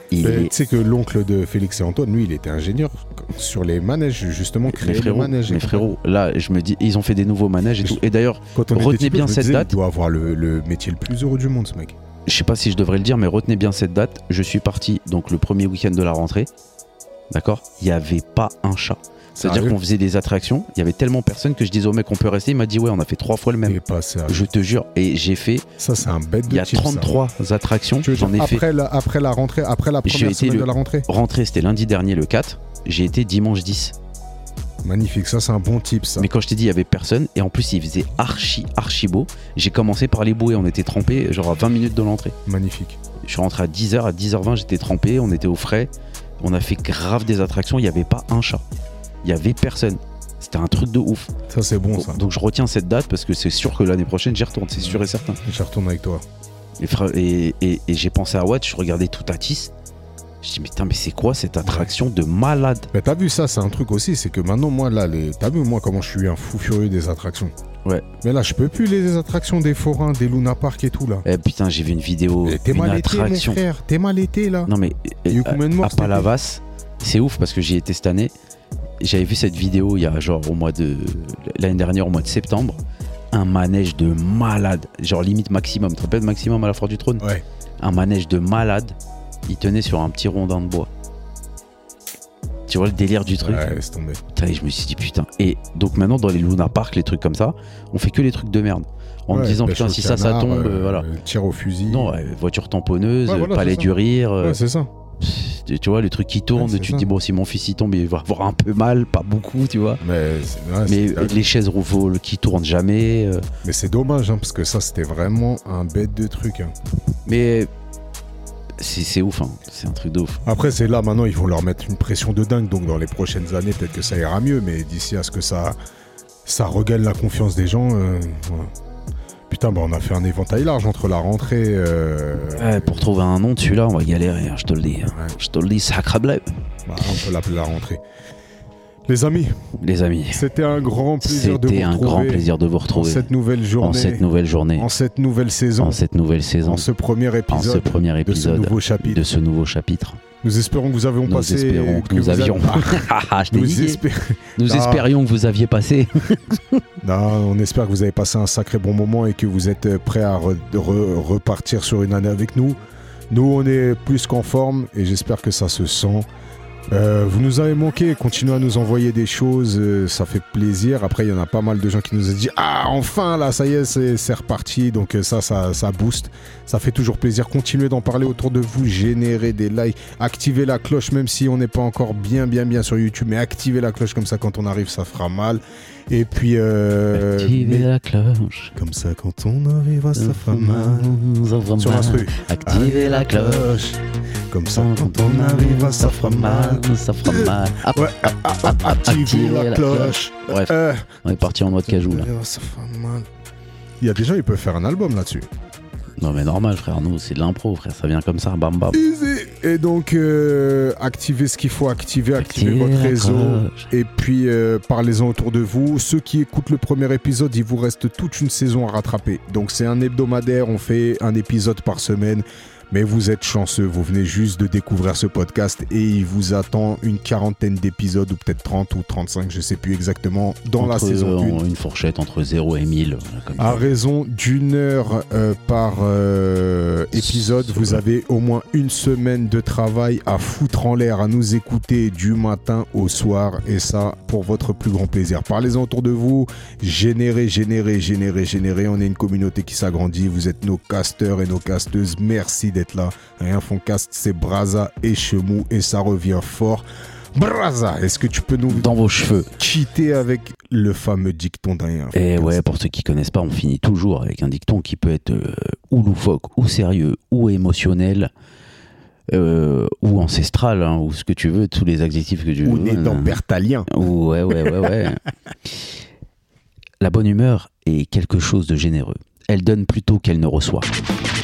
Il Mais est... Tu sais que l'oncle de Félix et Antoine, lui, il était ingénieur sur les manèges, justement, créer Mais frérot, les manèges. mais frérot, là, je me dis, ils ont fait des nouveaux manèges et Mais tout. je- Et d'ailleurs, Quand on était retenez petit peu, bien je me cette disais, date. Il doit avoir le, le métier le plus heureux du monde, ce mec. je sais pas si je devrais le dire, mais retenez bien cette date. Je suis parti donc le premier week-end de la rentrée. D'accord. Il n'y avait pas un chat. C'est-à-dire Sérieux qu'on faisait des attractions. Il y avait tellement personne que je disais au mec, on peut rester. Il m'a dit, ouais, on a fait trois fois le même. Et pas sérieux. Je te jure. Et j'ai fait. Ça, c'est un bête de Il y a type, ça. trente-trois attractions. Tu veux J'en ai dire, fait. après, la, après la rentrée, après la J'ai première été semaine le- de la rentrée. Rentrée, c'était lundi dernier, le quatre. J'ai été dimanche dix. Magnifique, ça, c'est un bon type, ça. Mais quand je t'ai dit, il y avait personne. Et en plus, il faisait archi, archi beau. J'ai commencé par les bouées. On était trempés, genre à vingt minutes de l'entrée. Magnifique. Je suis rentré à dix heures. À dix heures vingt, j'étais trempé. On était au frais. On a fait grave des attractions. Il n'y avait pas un chat. Il n'y avait personne. C'était un truc de ouf. Ça, c'est bon, ça. Donc, donc je retiens cette date parce que c'est sûr que l'année prochaine, j'y retourne. C'est sûr et certain. Je retourne avec toi. Et, fra- et, et- et j'ai pensé à Watt. Je regardais tout à Tis. Je dis, mais putain, mais c'est quoi cette attraction de malade? Mais t'as vu ça, c'est un truc aussi, c'est que maintenant, moi, là, les... t'as vu, moi, comment je suis un fou furieux des attractions. Ouais. Mais là, je peux plus les attractions des forains, des Luna Park et tout, là. Eh putain, j'ai vu une vidéo, Mais T'es une mal été, mon attraction. frère. T'es mal été, là. Non mais Il y a eu euh, combien de morts à cet été Palavas, c'est ouf parce que j'y étais cette année. J'avais vu cette vidéo il y a genre au mois de l'année dernière au mois de septembre. Un manège de malade, genre limite maximum. Tu te rappelles maximum à la Foire du Trône? Ouais. Un manège de malade. Il tenait sur un petit rondin de bois. Tu vois le délire du truc? Ouais, laisse tomber. Putain, et je me suis dit putain. Et donc maintenant dans les Luna Park, les trucs comme ça, on fait que les trucs de merde. En me Ouais, disant pêche putain au si ça ça canard, tombe, euh, euh, voilà. Tir au fusil. Non, ouais, voiture tamponneuse, Ouais, voilà, palais c'est ça. du rire. euh, Ouais, c'est ça. tu tu vois le truc qui tourne, Ouais, c'est tu ça. te dis bon si mon fils il tombe il va avoir un peu mal, pas beaucoup tu vois. Mais c'est ouais, Mais c'est- les chaises volent qui tournent jamais. euh, mais c'est dommage, hein, parce que ça, c'était vraiment un bête de truc. hein. mais c'est c'est ouf, hein. C'est un truc de ouf. Après, c'est là, maintenant, ils vont leur mettre une pression de dingue. Donc, dans les prochaines années, peut-être que ça ira mieux. Mais d'ici à ce que ça, ça regagne la confiance des gens, euh, voilà. Putain, bah, on a fait un éventail large entre la rentrée. euh, Ouais, pour trouver un nom de celui-là, on va galérer, hein, je te le dis. hein. Ouais. Je te le dis, sacre bleu. bah, on peut l'appeler la rentrée. Les amis, Les amis, c'était un grand plaisir de vous c'était un retrouver grand plaisir de vous en retrouver cette nouvelle journée, en cette nouvelle journée, en cette nouvelle saison, en cette nouvelle saison, en ce premier en ce épisode premier de ce épisode nouveau chapitre. de ce nouveau chapitre. Nous espérons que vous avez Nous passé... espérons que nous vous avez- avions. Ah, je t'ai Nous, dit. espé- Nous Ah. espérions que vous aviez passé. Non, on espère que vous avez passé un sacré bon moment et que vous êtes prêts à re- re- repartir sur une année avec nous. Nous, on est plus qu'en forme et j'espère que ça se sent. Euh, vous nous avez manqué, continuez à nous envoyer des choses, euh, ça fait plaisir. Après, il y en a pas mal de gens qui nous ont dit « Ah, enfin, là, ça y est, c'est, c'est reparti. » Donc euh, ça, ça, ça booste. Ça fait toujours plaisir. Continuez d'en parler autour de vous, générez des likes, activez la cloche, même si on n'est pas encore bien, bien, bien sur YouTube. Mais activez la cloche, comme ça, quand on arrive, ça fera mal. Et puis... Euh, Activez mais- la cloche. Comme ça, quand on arrive, ça fera mal. Ça fera Sur mal. l'instru. Activez la cloche. Comme ça, quand on arrive, ça fera mal. Ça fera mal. Hop, Ouais, ah, ah, ah, activez Activez la la cloche. Bref, Euh, on est parti en noix de cajou là. Ça fera mal. Il y a des gens, ils peuvent faire un album là-dessus. Non mais normal frère, nous c'est de l'impro frère, ça vient comme ça, bam bam. Easy. Et donc, euh, activez ce qu'il faut activer, activez Activez votre la réseau. cloche. Et puis, euh, parlez-en autour de vous. Ceux qui écoutent le premier épisode, il vous reste toute une saison à rattraper. Donc, c'est un hebdomadaire, on fait un épisode par semaine. Mais vous êtes chanceux, vous venez juste de découvrir ce podcast et il vous attend une quarantaine d'épisodes ou peut-être trente ou trente-cinq, je sais plus exactement, dans la Entre, saison euh, un. une fourchette entre zéro et mille. voilà, comme À ça. raison d'une heure euh, par euh, épisode, C'est vous vrai. avez au moins une semaine de travail à foutre en l'air, à nous écouter du matin au soir, et ça pour votre plus grand plaisir. Parlez-en autour de vous, générez, générez, générez, générez. On est une communauté qui s'agrandit, vous êtes nos casteurs et nos casteuses, merci d'être là. Rien font cast, c'est Braza et Chemou, et ça revient fort. Braza, est-ce que tu peux nous Dans vos cheveux. quitter avec le fameux dicton d'un Rien Font Et Cast? ouais, pour ceux qui connaissent pas, on finit toujours avec un dicton qui peut être euh, ou loufoque, ou sérieux, ou émotionnel, euh, ou ancestral, hein, ou ce que tu veux, tous les adjectifs que tu veux. Ou néandertalien. Ou ouais, ouais, ouais, ouais. La bonne humeur est quelque chose de généreux. Elle donne plutôt qu'elle ne reçoit.